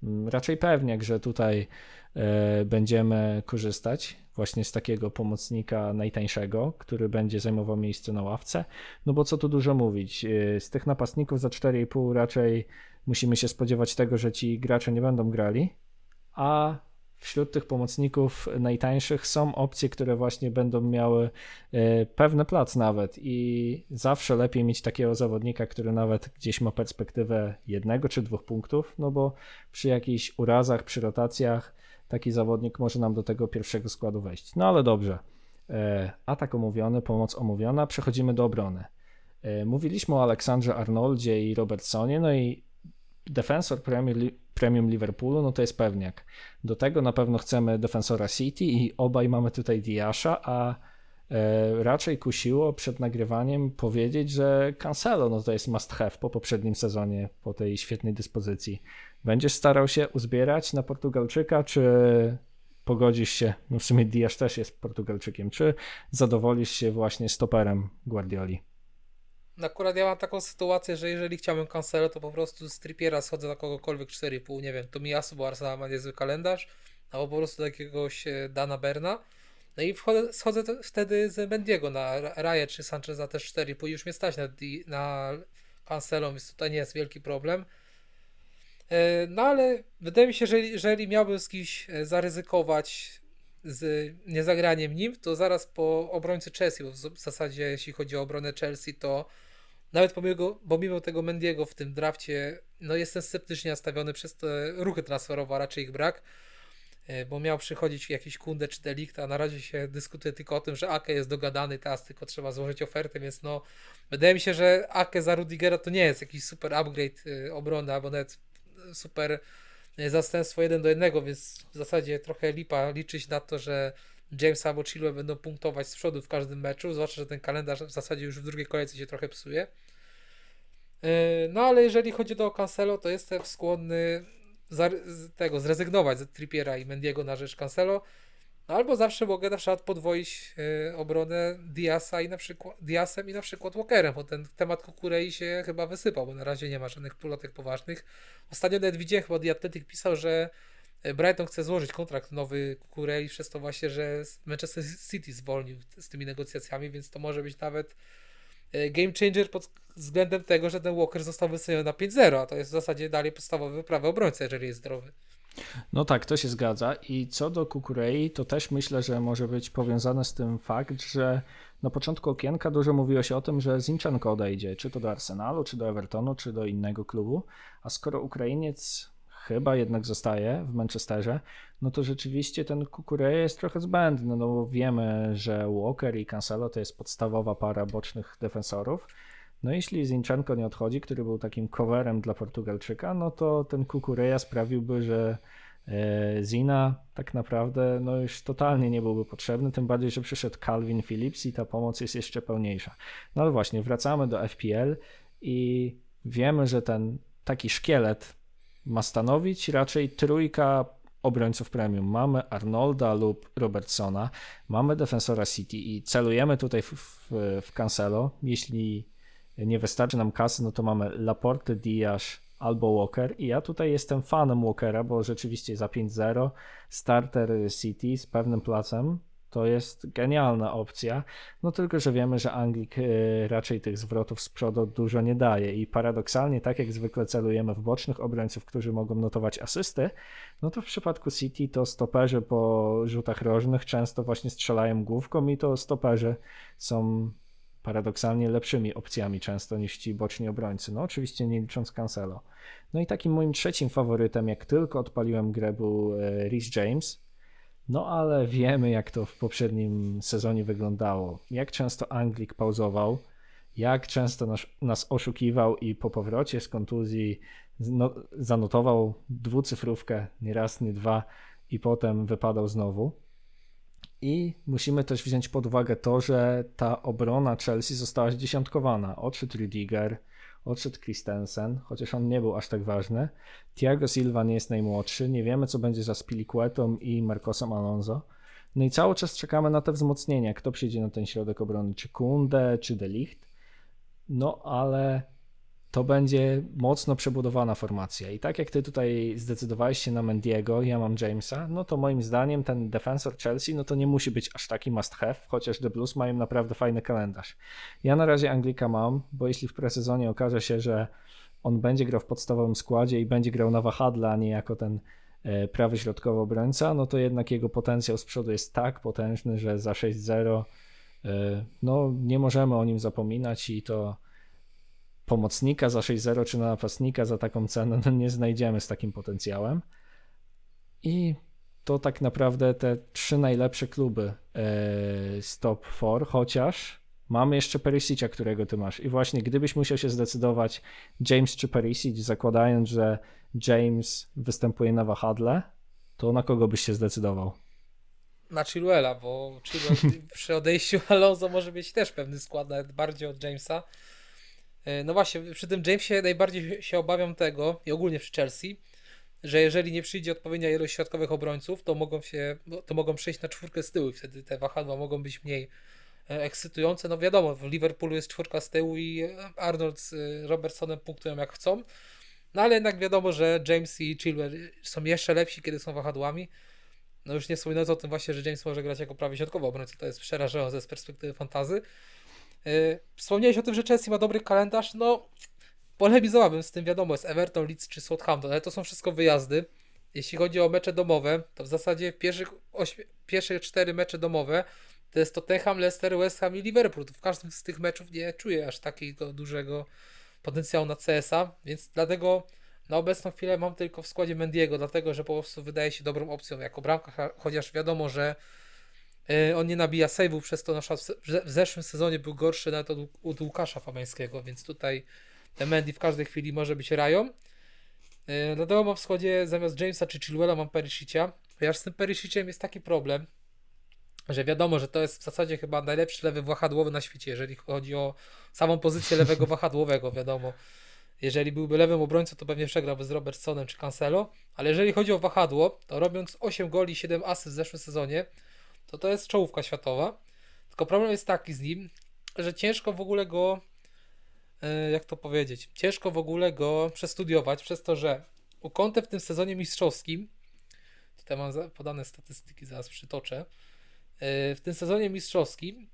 raczej pewniak, że tutaj będziemy korzystać właśnie z takiego pomocnika najtańszego, który będzie zajmował miejsce na ławce, no bo co tu dużo mówić, z tych napastników za 4,5 raczej musimy się spodziewać tego, że ci gracze nie będą grali, a wśród tych pomocników najtańszych są opcje, które właśnie będą miały pewny plac nawet i zawsze lepiej mieć takiego zawodnika, który nawet gdzieś ma perspektywę 1 czy 2 punktów, no bo przy jakichś urazach, przy rotacjach taki zawodnik może nam do tego pierwszego składu wejść. No ale dobrze, atak omówiony, pomoc omówiona, przechodzimy do obrony. Mówiliśmy o Aleksandrze Arnoldzie i Robertsonie, no i defensor premium Liverpoolu, no to jest pewniak. Do tego na pewno chcemy defensora City i obaj mamy tutaj Diasza, a raczej kusiło przed nagrywaniem powiedzieć, że Cancelo no to jest must have po poprzednim sezonie, po tej świetnej dyspozycji. Będziesz starał się uzbierać na Portugalczyka, czy pogodzisz się, no w sumie Diasz też jest Portugalczykiem, czy zadowolisz się właśnie stoperem Guardioli? Akurat ja mam taką sytuację, że jeżeli chciałbym Cancelo, to po prostu z Trippiera schodzę na kogokolwiek 4,5, nie wiem, to Miasu, bo Arsenal ma niezły kalendarz, albo po prostu do jakiegoś Dana Berna. No i schodzę wtedy z Mendiego na Raję czy Sancheza też 4,5 i już mnie stać na Cancelo, więc tutaj nie jest wielki problem. No ale wydaje mi się, że jeżeli miałbym z kimś zaryzykować z niezagraniem nim, to zaraz po obrońcy Chelsea, bo w zasadzie jeśli chodzi o obronę Chelsea, to nawet pomimo tego Mendiego w tym drafcie, no jestem sceptycznie nastawiony przez te ruchy transferowe, a raczej ich brak, bo miał przychodzić jakiś Kunde czy Delikt, a na razie się dyskutuje tylko o tym, że Ake jest dogadany, teraz tylko trzeba złożyć ofertę, więc no wydaje mi się, że Ake za Rudigera to nie jest jakiś super upgrade obrony, albo nawet super zastępstwo 1-1, więc w zasadzie trochę lipa liczyć na to, że James albo Chilwell będą punktować z przodu w każdym meczu, zwłaszcza, że ten kalendarz w zasadzie już w drugiej kolejce się trochę psuje. No ale jeżeli chodzi o Cancelo, to jestem skłonny zrezygnować z Trippiera i Mendiego na rzecz Cancelo, no albo zawsze mogę na przykład podwoić obronę Diasem i na przykład Walkerem, bo ten temat Kukurei się chyba wysypał, bo na razie nie ma żadnych plotek poważnych. Ostatnio nawet widziałem, chyba The Athletic pisał, że Brighton chce złożyć kontrakt nowy Kukurei przez to właśnie, że Manchester City zwolnił z tymi negocjacjami, więc to może być nawet game changer pod względem tego, że ten Walker został wyceniony na 5-0, a to jest w zasadzie dalej podstawowy prawy obrońca, jeżeli jest zdrowy. No tak, to się zgadza i co do Kukurei, to też myślę, że może być powiązane z tym fakt, że na początku okienka dużo mówiło się o tym, że Zinchenko odejdzie, czy to do Arsenalu, czy do Evertonu, czy do innego klubu, a skoro Ukrainiec chyba jednak zostaje w Manchesterze, no to rzeczywiście ten Kukureja jest trochę zbędny, no bo wiemy, że Walker i Cancelo to jest podstawowa para bocznych defensorów. No jeśli Zinchenko nie odchodzi, który był takim coverem dla Portugalczyka, no to ten Kukureja sprawiłby, że Zina tak naprawdę no już totalnie nie byłby potrzebny, tym bardziej, że przyszedł Calvin Phillips i ta pomoc jest jeszcze pełniejsza. No ale właśnie, wracamy do FPL i wiemy, że ten taki szkielet ma stanowić raczej trójka obrońców premium. Mamy Arnolda lub Robertsona, mamy defensora City i celujemy tutaj w Cancelo. Jeśli nie wystarczy nam kasy, no to mamy Laporte, Diasz albo Walker i ja tutaj jestem fanem Walkera, bo rzeczywiście za 5-0 starter City z pewnym placem to jest genialna opcja, no tylko, że wiemy, że Anglik raczej tych zwrotów z przodu dużo nie daje i paradoksalnie, tak jak zwykle celujemy w bocznych obrońców, którzy mogą notować asysty, no to w przypadku City to stoperzy po rzutach rożnych często właśnie strzelają główką i to stoperzy są paradoksalnie lepszymi opcjami często niż ci boczni obrońcy, no oczywiście nie licząc Cancelo. No i takim moim trzecim faworytem, jak tylko odpaliłem grę, był Reece James. No ale wiemy, jak to w poprzednim sezonie wyglądało. Jak często Anglik pauzował, jak często nas oszukiwał i po powrocie z kontuzji zanotował dwucyfrówkę, nie raz, nie dwa i potem wypadał znowu. I musimy też wziąć pod uwagę to, że ta obrona Chelsea została zdziesiątkowana. Odszedł Rudiger, odszedł Christensen, chociaż on nie był aż tak ważny. Thiago Silva nie jest najmłodszy, nie wiemy co będzie za Spilicuetą i Marcosem Alonso. No i cały czas czekamy na te wzmocnienia, kto przyjdzie na ten środek obrony, czy Kunde, czy De Ligt. No ale to będzie mocno przebudowana formacja. I tak jak ty tutaj zdecydowałeś się na Mendiego, ja mam Jamesa, no to moim zdaniem ten defensor Chelsea, no to nie musi być aż taki must have, chociaż The Blues mają naprawdę fajny kalendarz. Ja na razie Anglika mam, bo jeśli w presezonie okaże się, że on będzie grał w podstawowym składzie i będzie grał na wahadle, a nie jako ten prawy środkowy obrońca, no to jednak jego potencjał z przodu jest tak potężny, że za 6-0 no nie możemy o nim zapominać i to pomocnika za 6-0 czy napastnika za taką cenę no nie znajdziemy z takim potencjałem. I to tak naprawdę te 3 najlepsze kluby z top 4, chociaż mamy jeszcze Perisicia, którego ty masz. I właśnie gdybyś musiał się zdecydować James czy Perisic, zakładając, że James występuje na wahadle, to na kogo byś się zdecydował? Na Chilwella, bo Chilwell przy odejściu Alonso może mieć też pewny skład, nawet bardziej od Jamesa. No właśnie, przy tym Jamesie najbardziej się obawiam tego, i ogólnie przy Chelsea, że jeżeli nie przyjdzie odpowiednia ilość środkowych obrońców, to mogą przejść na 4 z tyłu i wtedy te wahadła mogą być mniej ekscytujące. No wiadomo, w Liverpoolu jest 4 z tyłu i Arnold z Robertsonem punktują jak chcą, no ale jednak wiadomo, że James i Chilwell są jeszcze lepsi, kiedy są wahadłami. No już nie wspominając o tym właśnie, że James może grać jako prawy środkowy obrońca, to jest przerażające z perspektywy fantasy. Wspomniałeś o tym, że Chelsea ma dobry kalendarz, no polemizowałbym z tym, wiadomo, jest Everton, Leeds czy Southampton, ale to są wszystko wyjazdy. Jeśli chodzi o mecze domowe, to w zasadzie pierwsze 4 mecze domowe to jest Tottenham, Leicester, West Ham i Liverpool. To w każdym z tych meczów nie czuję aż takiego dużego potencjału na CS-a, więc dlatego na obecną chwilę mam tylko w składzie Mendiego, dlatego że po prostu wydaje się dobrą opcją jako bramka, chociaż wiadomo, że on nie nabija save'ów, przez to na przykład w zeszłym sezonie był gorszy nawet od Łukasza Fabiańskiego, więc tutaj ten Mendy w każdej chwili może być rają. Dlatego mam w składzie zamiast Jamesa czy Chilwella mam Perisic'a, chociaż z tym Perisiciem jest taki problem, że wiadomo, że to jest w zasadzie chyba najlepszy lewy wahadłowy na świecie, jeżeli chodzi o samą pozycję lewego wahadłowego, wiadomo. Jeżeli byłby lewym obrońcą, to pewnie przegrałby z Robertsonem czy Cancelo, ale jeżeli chodzi o wahadło, to robiąc 8 goli i 7 asyst w zeszłym sezonie, to jest czołówka światowa. Tylko problem jest taki z nim, że ciężko w ogóle go, jak to powiedzieć, ciężko w ogóle go przestudiować, przez to, że u Conte w tym sezonie mistrzowskim, tutaj mam podane statystyki, zaraz przytoczę, w tym sezonie mistrzowskim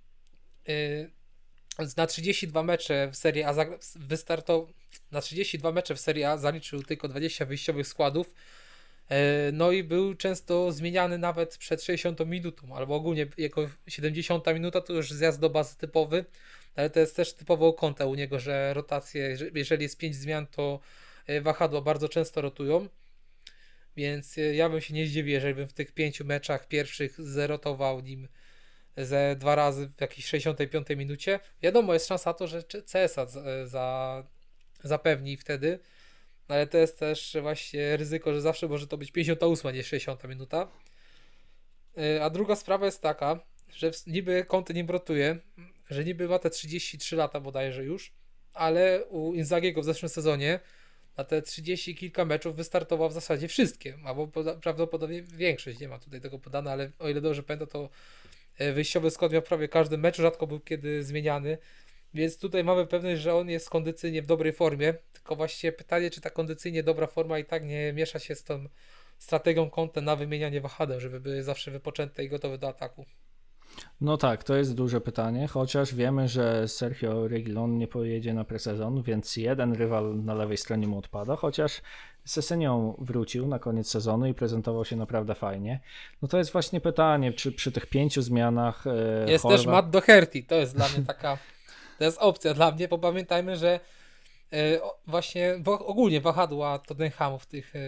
na 32 mecze w Serie A na 32 mecze w Serie A zaliczył tylko 20 wyjściowych składów. No i był często zmieniany nawet przed 60 minutą, albo ogólnie jako 70 minuta to już zjazd do bazy typowy, ale to jest też typowo Conte u niego, że rotacje, jeżeli jest 5 zmian, to wahadła bardzo często rotują, więc ja bym się nie zdziwił, jeżeli bym w tych 5 meczach pierwszych zerotował nim ze 2 razy w jakiejś 65 minucie. Wiadomo, jest szansa to, że CS-a zapewni wtedy, ale to jest też właśnie ryzyko, że zawsze może to być 58, nie 60 minuta. A druga sprawa jest taka, że niby Conte nim rotuje, że niby ma te 33 lata bodajże już, ale u Inzaghiego w zeszłym sezonie na te 30 kilka meczów wystartował w zasadzie wszystkie, albo prawdopodobnie większość, nie ma tutaj tego podane, ale o ile dobrze pamiętam, to wyjściowy skład miał prawie każdy mecz, rzadko był kiedy zmieniany, więc tutaj mamy pewność, że on jest kondycyjnie w dobrej formie, tylko właśnie pytanie, czy ta kondycyjnie dobra forma i tak nie miesza się z tą strategią Conte na wymienianie wahadeł, żeby były zawsze wypoczęte i gotowe do ataku. No tak, to jest duże pytanie, chociaż wiemy, że Sergio Reguilón nie pojedzie na presezon, więc jeden rywal na lewej stronie mu odpada, chociaż Sessegnon wrócił na koniec sezonu i prezentował się naprawdę fajnie. No to jest właśnie pytanie, czy przy tych 5 zmianach jest też Matt Doherty, to jest dla mnie taka, to jest opcja dla mnie, bo pamiętajmy, że właśnie ogólnie wahadła Tottenhamu w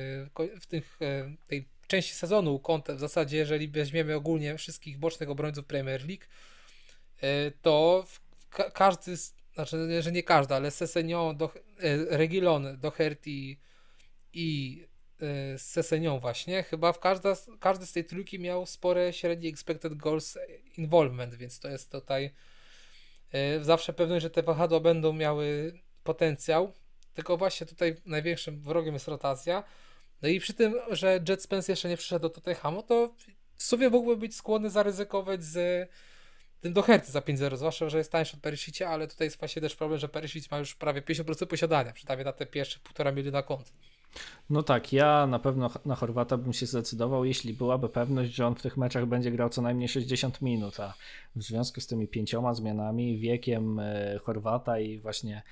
tej części sezonu u Conte, w zasadzie jeżeli weźmiemy ogólnie wszystkich bocznych obrońców Premier League, to każdy, znaczy że nie każdy, ale Sessegnon, Reguilón, Doherty i Sessegnon właśnie, chyba każdy z tej trójki miał spore średnie expected goals involvement, więc to jest tutaj zawsze pewność, że te wahadła będą miały potencjał, tylko właśnie tutaj największym wrogiem jest rotacja. No i przy tym, że Jet Spence jeszcze nie przyszedł do Tottenhamu, to w sumie mógłby być skłonny zaryzykować z tym Doherty za 5-0, zwłaszcza, że jest tańszy od Perisic'a, ale tutaj jest właśnie też problem, że Perisic ma już prawie 50% posiadania, przynajmniej na te pierwsze 1,5 miliona kont. No tak, ja na pewno na Chorwata bym się zdecydował, jeśli byłaby pewność, że on w tych meczach będzie grał co najmniej 60 minut, a w związku z tymi 5 zmianami, wiekiem Chorwata i właśnie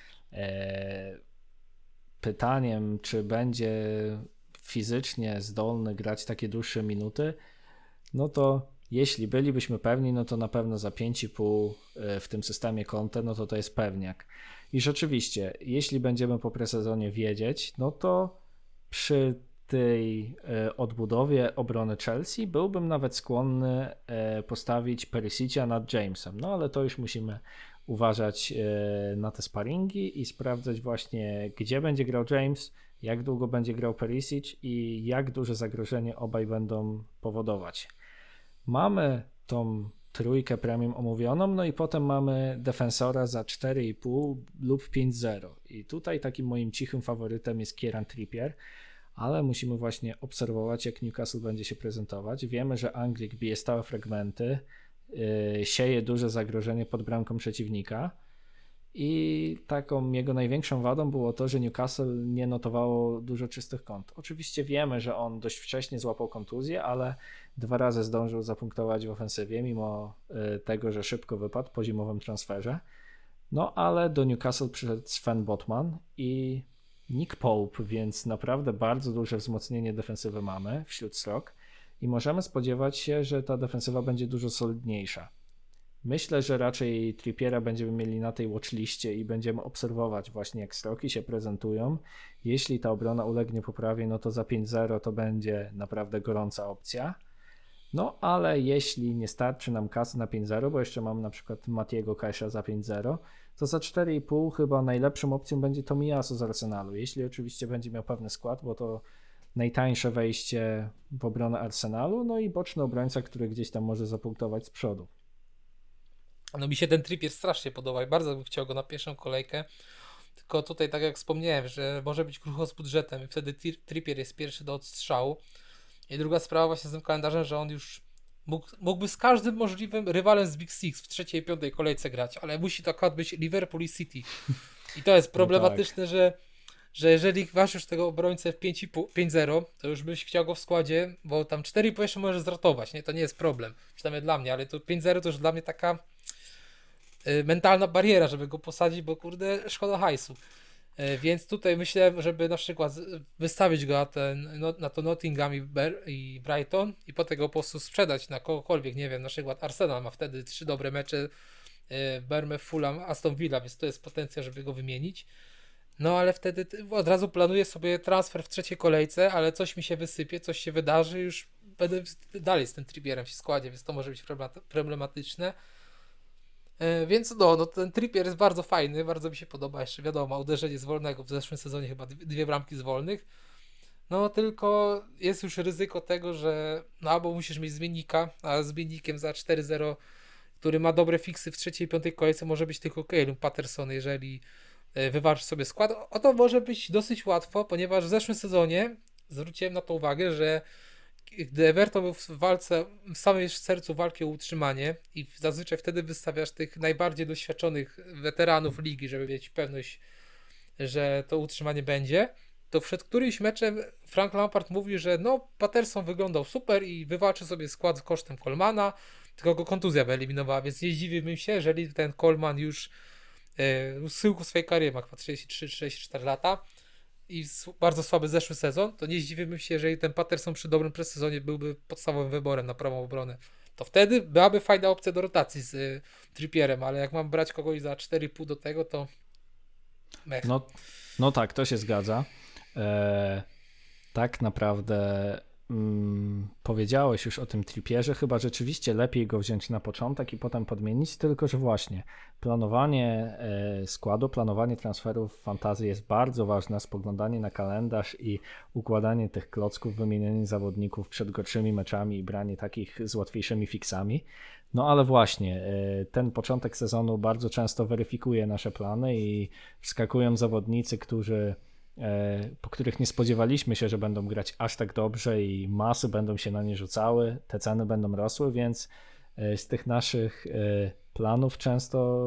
pytaniem, czy będzie fizycznie zdolny grać takie dłuższe minuty, no to jeśli bylibyśmy pewni, no to na pewno za 5,5 w tym systemie Conte, no to jest pewniak. I rzeczywiście, jeśli będziemy po presezonie wiedzieć, no to przy tej odbudowie obrony Chelsea byłbym nawet skłonny postawić Perisicia nad Jamesem, no ale to już musimy uważać na te sparingi i sprawdzać właśnie, gdzie będzie grał James, jak długo będzie grał Perisic i jak duże zagrożenie obaj będą powodować. Mamy tą trójkę premium omówioną, no i potem mamy defensora za 4,5 lub 5,0 i tutaj takim moim cichym faworytem jest Kieran Trippier, ale musimy właśnie obserwować, jak Newcastle będzie się prezentować. Wiemy, że Anglik bije stałe fragmenty, sieje duże zagrożenie pod bramką przeciwnika i taką jego największą wadą było to, że Newcastle nie notowało dużo czystych kąt. Oczywiście wiemy, że on dość wcześnie złapał kontuzję, ale 2 razy zdążył zapunktować w ofensywie, mimo tego, że szybko wypadł po zimowym transferze. No ale do Newcastle przyszedł Sven Botman i Nick Pope, więc naprawdę bardzo duże wzmocnienie defensywy mamy wśród srok i możemy spodziewać się, że ta defensywa będzie dużo solidniejsza. Myślę, że raczej Trippiera będziemy mieli na tej watchliście i będziemy obserwować właśnie, jak sroki się prezentują. Jeśli ta obrona ulegnie poprawie, no to za 5-0 to będzie naprawdę gorąca opcja. No ale jeśli nie starczy nam kasy na 5-0, bo jeszcze mam na przykład Matiego Casha za 5-0, to za 4,5 chyba najlepszą opcją będzie Tomiyasu z Arsenalu. Jeśli oczywiście będzie miał pewny skład, bo to najtańsze wejście w obronę Arsenalu, no i boczny obrońca, który gdzieś tam może zapunktować z przodu. No mi się ten Trippier strasznie podoba i bardzo bym chciał go na pierwszą kolejkę. Tylko tutaj, tak jak wspomniałem, że może być krucho z budżetem i wtedy Trippier jest pierwszy do odstrzału. I druga sprawa właśnie z tym kalendarzem, że on już mógłby z każdym możliwym rywalem z Big Six w 3. i 5. kolejce grać, ale musi to akurat być Liverpool i City. I to jest problematyczne, no tak. że jeżeli masz już tego obrońcę w 5-0, to już byś chciał go w składzie, bo tam 4,5 jeszcze możesz zratować, nie? To nie jest problem, przynajmniej dla mnie, ale to 5-0 to już dla mnie taka mentalna bariera, żeby go posadzić, bo kurde, szkoda hajsu. Więc tutaj myślę, żeby na przykład wystawić go na to Nottingham i Brighton i potem go po prostu sprzedać na kogokolwiek, nie wiem, na przykład Arsenal ma wtedy 3 dobre mecze, Bournemouth, Fulham, Aston Villa, więc to jest potencjał, żeby go wymienić. No ale wtedy od razu planuję sobie transfer w 3. kolejce, ale coś mi się wysypie, coś się wydarzy, już będę dalej z tym Trippierem w składzie, więc to może być problematyczne. Więc no ten Trippier jest bardzo fajny, bardzo mi się podoba, jeszcze wiadomo, uderzenie z wolnego, w zeszłym sezonie chyba 2 bramki z wolnych, no tylko jest już ryzyko tego, że no albo musisz mieć zmiennika, a zmiennikiem za 4-0, który ma dobre fiksy w 3. i 5. kolejce może być tylko Kyle Patterson, jeżeli wyważysz sobie skład, o to może być dosyć łatwo, ponieważ w zeszłym sezonie zwróciłem na to uwagę, że gdy Everton był w walce, w samym sercu walki o utrzymanie i zazwyczaj wtedy wystawiasz tych najbardziej doświadczonych weteranów ligi, żeby mieć pewność, że to utrzymanie będzie, to przed którymś meczem Frank Lampard mówi, że no Patterson wyglądał super i wywalczy sobie skład kosztem Colemana, tylko go kontuzja wyeliminowała, więc nie zdziwiłbym się, jeżeli ten Coleman już w schyłku swojej kariery ma 33-34 lata i bardzo słaby zeszły sezon, to nie zdziwiłbym się, jeżeli ten Patterson przy dobrym presezonie byłby podstawowym wyborem na prawą obronę. To wtedy byłaby fajna opcja do rotacji z Trippierem, ale jak mam brać kogoś za 4,5 do tego, to mech. No tak, to się zgadza. Tak naprawdę powiedziałeś już o tym Trippierze, chyba rzeczywiście lepiej go wziąć na początek i potem podmienić, tylko że właśnie planowanie składu, planowanie transferów w fantazji jest bardzo ważne, spoglądanie na kalendarz i układanie tych klocków, wymienianie zawodników przed gorszymi meczami i branie takich z łatwiejszymi fiksami. No ale właśnie, ten początek sezonu bardzo często weryfikuje nasze plany i wskakują zawodnicy, po których nie spodziewaliśmy się, że będą grać aż tak dobrze i masy będą się na nie rzucały, te ceny będą rosły, więc z tych naszych planów często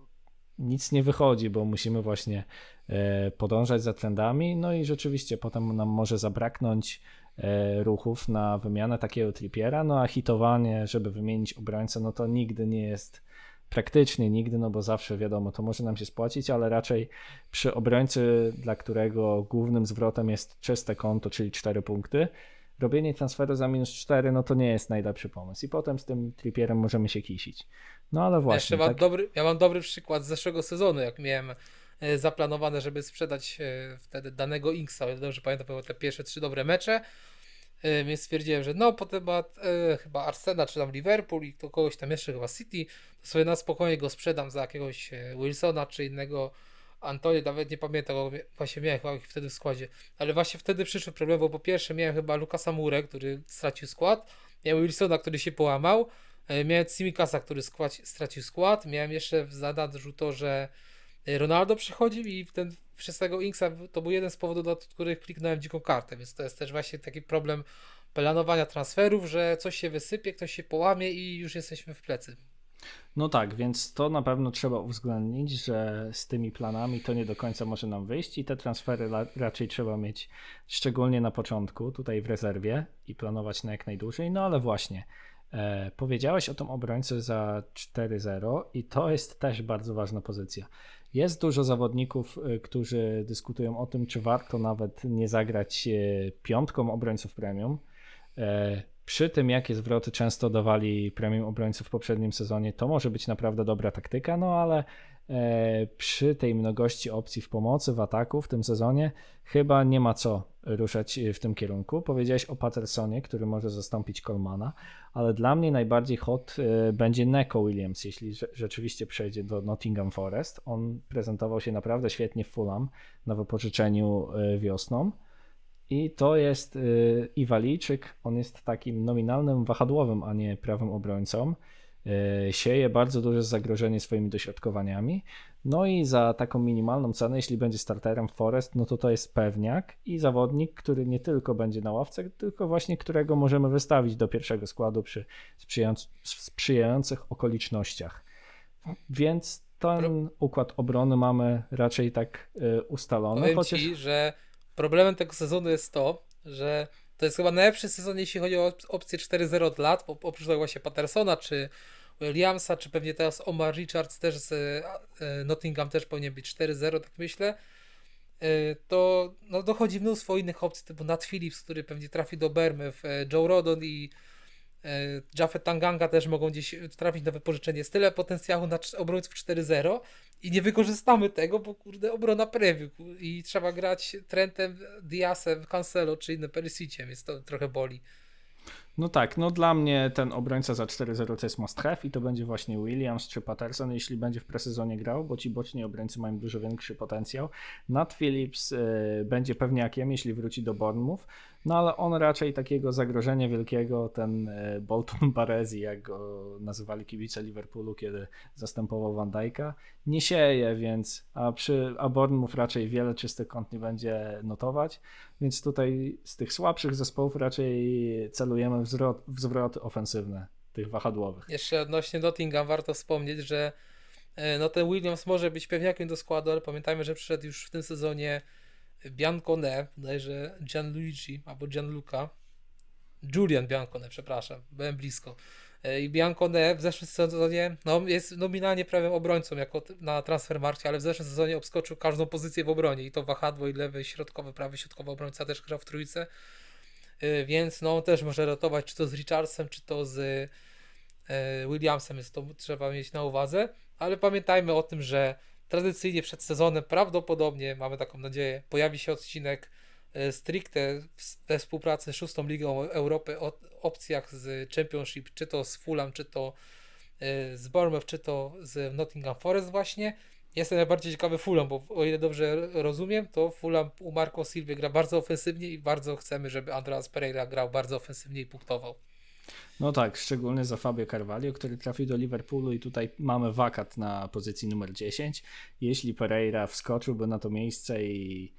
nic nie wychodzi, bo musimy właśnie podążać za trendami, no i rzeczywiście potem nam może zabraknąć ruchów na wymianę takiego Trippiera, no a hitowanie, żeby wymienić obrońcę, no to nigdy nie jest praktycznie nigdy, no bo zawsze wiadomo, to może nam się spłacić, ale raczej przy obrońcy, dla którego głównym zwrotem jest czyste konto, czyli 4 punkty, robienie transferu za -4, no to nie jest najlepszy pomysł i potem z tym Trippierem możemy się kisić. No ale właśnie. Ja mam dobry przykład z zeszłego sezonu, jak miałem zaplanowane, żeby sprzedać wtedy danego Inksa, o ile dobrze pamiętam, były te pierwsze 3 dobre mecze, więc stwierdziłem, że no potem ma chyba Arsenal czy tam Liverpool i to kogoś tam jeszcze, chyba City, to sobie na spokojnie go sprzedam za jakiegoś Wilsona czy innego Antonię, nawet nie pamiętam, bo właśnie miałem chyba ich wtedy w składzie, ale właśnie wtedy przyszły problemy, bo po pierwsze miałem chyba Lukasa Mourę, który stracił skład, miałem Wilsona, który się połamał, miałem Tsimikasa, który stracił skład, miałem jeszcze w zanadrzu to, że Ronaldo przychodził i przez tego Inksa to był jeden z powodów, dla których kliknąłem dziką kartę, więc to jest też właśnie taki problem planowania transferów, że coś się wysypie, ktoś się połamie i już jesteśmy w plecy. No tak, więc to na pewno trzeba uwzględnić, że z tymi planami to nie do końca może nam wyjść i te transfery raczej trzeba mieć szczególnie na początku, tutaj w rezerwie i planować na jak najdłużej, no ale właśnie powiedziałeś o tym obrońcy za 4-0 i to jest też bardzo ważna pozycja. Jest dużo zawodników, którzy dyskutują o tym, czy warto nawet nie zagrać piątką obrońców premium. Przy tym, jakie zwroty często dawali premium obrońców w poprzednim sezonie, to może być naprawdę dobra taktyka, no ale przy tej mnogości opcji w pomocy, w ataku w tym sezonie chyba nie ma co ruszać w tym kierunku. Powiedziałeś o Pattersonie, który może zastąpić Colemana, ale dla mnie najbardziej hot będzie Neco Williams, jeśli rzeczywiście przejdzie do Nottingham Forest. On prezentował się naprawdę świetnie w Fulham na wypożyczeniu wiosną. I to jest Iwalijczyk, on jest takim nominalnym wahadłowym, a nie prawym obrońcą. Sieje bardzo duże zagrożenie swoimi dośrodkowaniami. No i za taką minimalną cenę, jeśli będzie starterem Forest, no to jest pewniak i zawodnik, który nie tylko będzie na ławce, tylko właśnie którego możemy wystawić do pierwszego składu przy sprzyjających okolicznościach. Więc ten układ obrony mamy raczej tak ustalony. Powiem Ci, że problemem tego sezonu jest to, że to jest chyba najlepszy sezon, jeśli chodzi o opcję 4-0 od lat, oprócz tego właśnie Pattersona, czy Williamsa, czy pewnie teraz Omar Richards też z Nottingham też powinien być 4-0, tak myślę. To no, dochodzi mnóstwo innych opcji, typu Nat Phillips, który pewnie trafi do Bournemouth, Joe Rodon i Japhet Tanganga też mogą gdzieś trafić na wypożyczenie. Jest tyle potencjału na obrońców 4-0 i nie wykorzystamy tego, bo kurde obrona preview i trzeba grać Trentem, Diasem, Cancelo czy innym Perisiciem, więc to trochę boli. No tak, no dla mnie ten obrońca za 4-0 to jest must have i to będzie właśnie Williams czy Patterson, jeśli będzie w presezonie grał, bo ci boczni obrońcy mają dużo większy potencjał. Nat Phillips będzie pewniakiem, jeśli wróci do Bournemouth, no ale on raczej takiego zagrożenia wielkiego, ten Bolton Baresi, jak go nazywali kibice Liverpoolu, kiedy zastępował Van Dijk'a, nie sieje, więc a Bournemouth raczej wiele czystych kąt nie będzie notować, więc tutaj z tych słabszych zespołów raczej celujemy w zwroty ofensywne tych wahadłowych. Jeszcze odnośnie Nottingham warto wspomnieć, że no ten Williams może być pewniakiem do składu, ale pamiętajmy, że przyszedł już w tym sezonie Biancone, bodajże Gianluigi albo Gianluca, Julian Biancone, przepraszam, byłem blisko. I Biancone w zeszłym sezonie jest nominalnie prawym obrońcą jako na Transfermarkcie, ale w zeszłym sezonie obskoczył każdą pozycję w obronie i to wahadło i lewy, środkowy, prawy, środkowy obrońca też grał w trójce, więc no on też może ratować, czy to z Richardsem, czy to z Williamsem, jest to trzeba mieć na uwadze, ale pamiętajmy o tym, że tradycyjnie przed sezonem prawdopodobnie, mamy taką nadzieję, pojawi się odcinek stricte we współpracy z 6. Ligą Europy o opcjach z Championship, czy to z Fulham, czy to z Bournemouth, czy to z Nottingham Forest właśnie. Jestem najbardziej ciekawy Fulham, bo o ile dobrze rozumiem, to Fulham u Marco Silva gra bardzo ofensywnie i bardzo chcemy, żeby Andreas Pereira grał bardzo ofensywnie i punktował. No tak, szczególnie za Fabio Carvalho, który trafił do Liverpoolu i tutaj mamy wakat na pozycji numer 10. Jeśli Pereira wskoczyłby na to miejsce i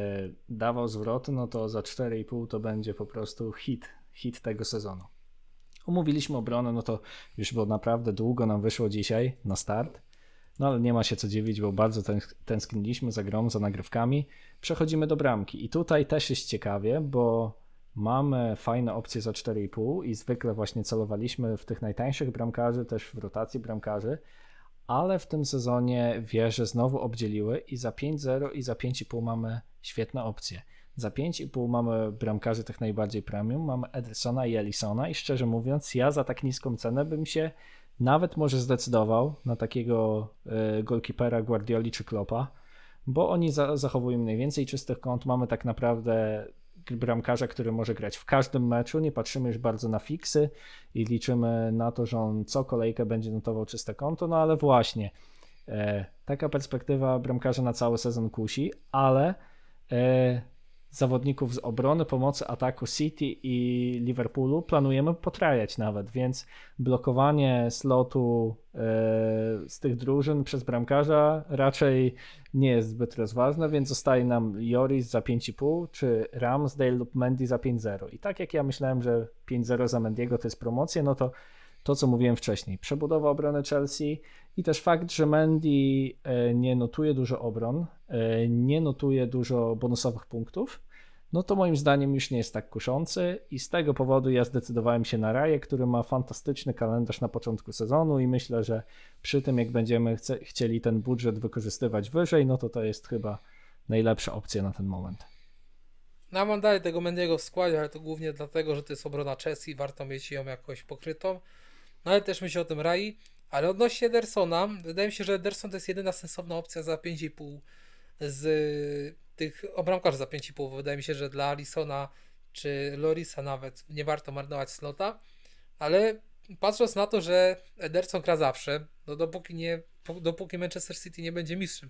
dawał zwroty, no to za 4,5 to będzie po prostu hit tego sezonu. Omówiliśmy obronę, no to już bo naprawdę długo nam wyszło dzisiaj na start. No ale nie ma się co dziwić, bo bardzo tęskniliśmy za grą, za nagrywkami. Przechodzimy do bramki i tutaj też jest ciekawie, bo mamy fajne opcje za 4,5 i zwykle właśnie celowaliśmy w tych najtańszych bramkarzy, też w rotacji bramkarzy, ale w tym sezonie wieże znowu obdzieliły i za 5,0 i za 5,5 mamy świetne opcje. Za 5,5 mamy bramkarzy tych najbardziej premium, mamy Edersona i Ellisona i szczerze mówiąc ja za tak niską cenę bym się nawet może zdecydował na takiego golkipera Guardioli czy Kloppa, bo oni zachowują najwięcej czystych kąt, mamy tak naprawdę bramkarza, który może grać w każdym meczu, nie patrzymy już bardzo na fiksy i liczymy na to, że on co kolejkę będzie notował czyste konto, no ale właśnie taka perspektywa bramkarza na cały sezon kusi, ale zawodników z obrony, pomocy, ataku City i Liverpoolu planujemy potrajać nawet, więc blokowanie slotu z tych drużyn przez bramkarza raczej nie jest zbyt rozważne, więc zostaje nam Lloris za 5,5 czy Ramsdale lub Mendy za 5,0 i tak jak ja myślałem, że 5,0 za Mendiego to jest promocja, no to co mówiłem wcześniej, przebudowa obrony Chelsea i też fakt, że Mendy nie notuje dużo obron, nie notuje dużo bonusowych punktów, no to moim zdaniem już nie jest tak kuszący i z tego powodu ja zdecydowałem się na Raję, który ma fantastyczny kalendarz na początku sezonu i myślę, że przy tym jak będziemy chcieli ten budżet wykorzystywać wyżej, no to jest chyba najlepsza opcja na ten moment. No, mam dalej tego Mendiego w składzie, ale to głównie dlatego, że to jest obrona Chelsea, warto mieć ją jakoś pokrytą. No ale też myślę o tym Rai. Ale odnośnie Edersona, wydaje mi się, że Ederson to jest jedyna sensowna opcja za 5,5 z tych bramkarzy za 5,5. Wydaje mi się, że dla Alissona czy Llorisa nawet nie warto marnować slota. Ale patrząc na to, że Ederson gra zawsze, no dopóki Manchester City nie będzie mistrzem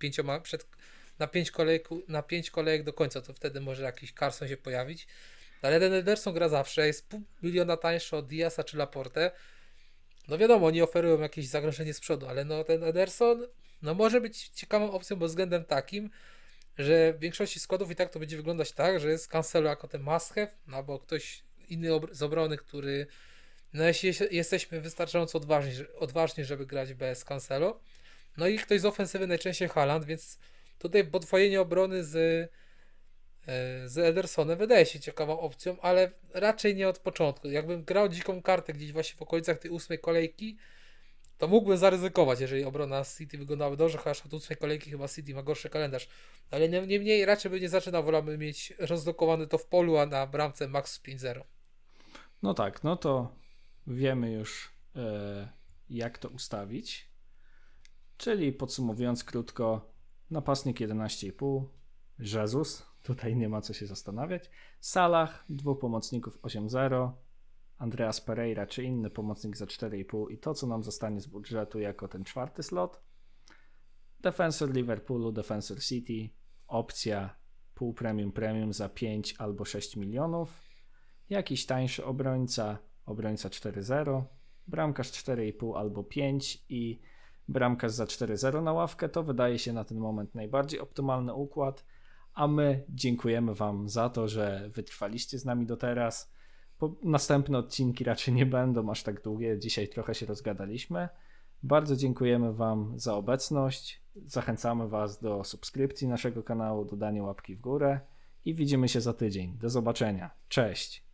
na 5 kolejek do końca, to wtedy może jakiś Carson się pojawić. Ale ten Ederson gra zawsze, jest $0,5 miliona tańszy od Diasa czy Laporte. No wiadomo, oni oferują jakieś zagrożenie z przodu, ale no ten Ederson no może być ciekawą opcją pod względem takim, że w większości składów i tak to będzie wyglądać tak, że jest Cancelo jako ten must have, no bo ktoś inny z obrony, który no jeśli jesteśmy wystarczająco odważni, żeby grać bez Cancelo, no i ktoś z ofensywy, najczęściej Haaland, więc tutaj podwojenie obrony z Edersonem wydaje się ciekawą opcją, ale raczej nie od początku. Jakbym grał dziką kartę gdzieś właśnie w okolicach tej 8 kolejki, to mógłbym zaryzykować, jeżeli obrona City wyglądała dobrze, chociaż od 8 kolejki chyba City ma gorszy kalendarz. Ale niemniej raczej by nie zaczynał, wolałbym mieć rozlokowane to w polu, a na bramce max 5-0. No tak, no to wiemy już jak to ustawić. Czyli podsumowując krótko, napastnik 11,5, Jesus, tutaj nie ma co się zastanawiać, Salah, 2 pomocników 8,0, Andreas Pereira czy inny pomocnik za 4,5 i to co nam zostanie z budżetu jako ten 4. slot, defensor Liverpoolu, defensor City, opcja pół premium za 5 albo 6 milionów, jakiś tańszy obrońca 4,0, bramkarz 4,5 albo 5 i bramkarz za 4,0 na ławkę, to wydaje się na ten moment najbardziej optymalny układ, a my dziękujemy Wam za to, że wytrwaliście z nami do teraz. Następne odcinki raczej nie będą aż tak długie, dzisiaj trochę się rozgadaliśmy. Bardzo dziękujemy Wam za obecność, zachęcamy Was do subskrypcji naszego kanału, do dania łapki w górę i widzimy się za tydzień. Do zobaczenia, cześć!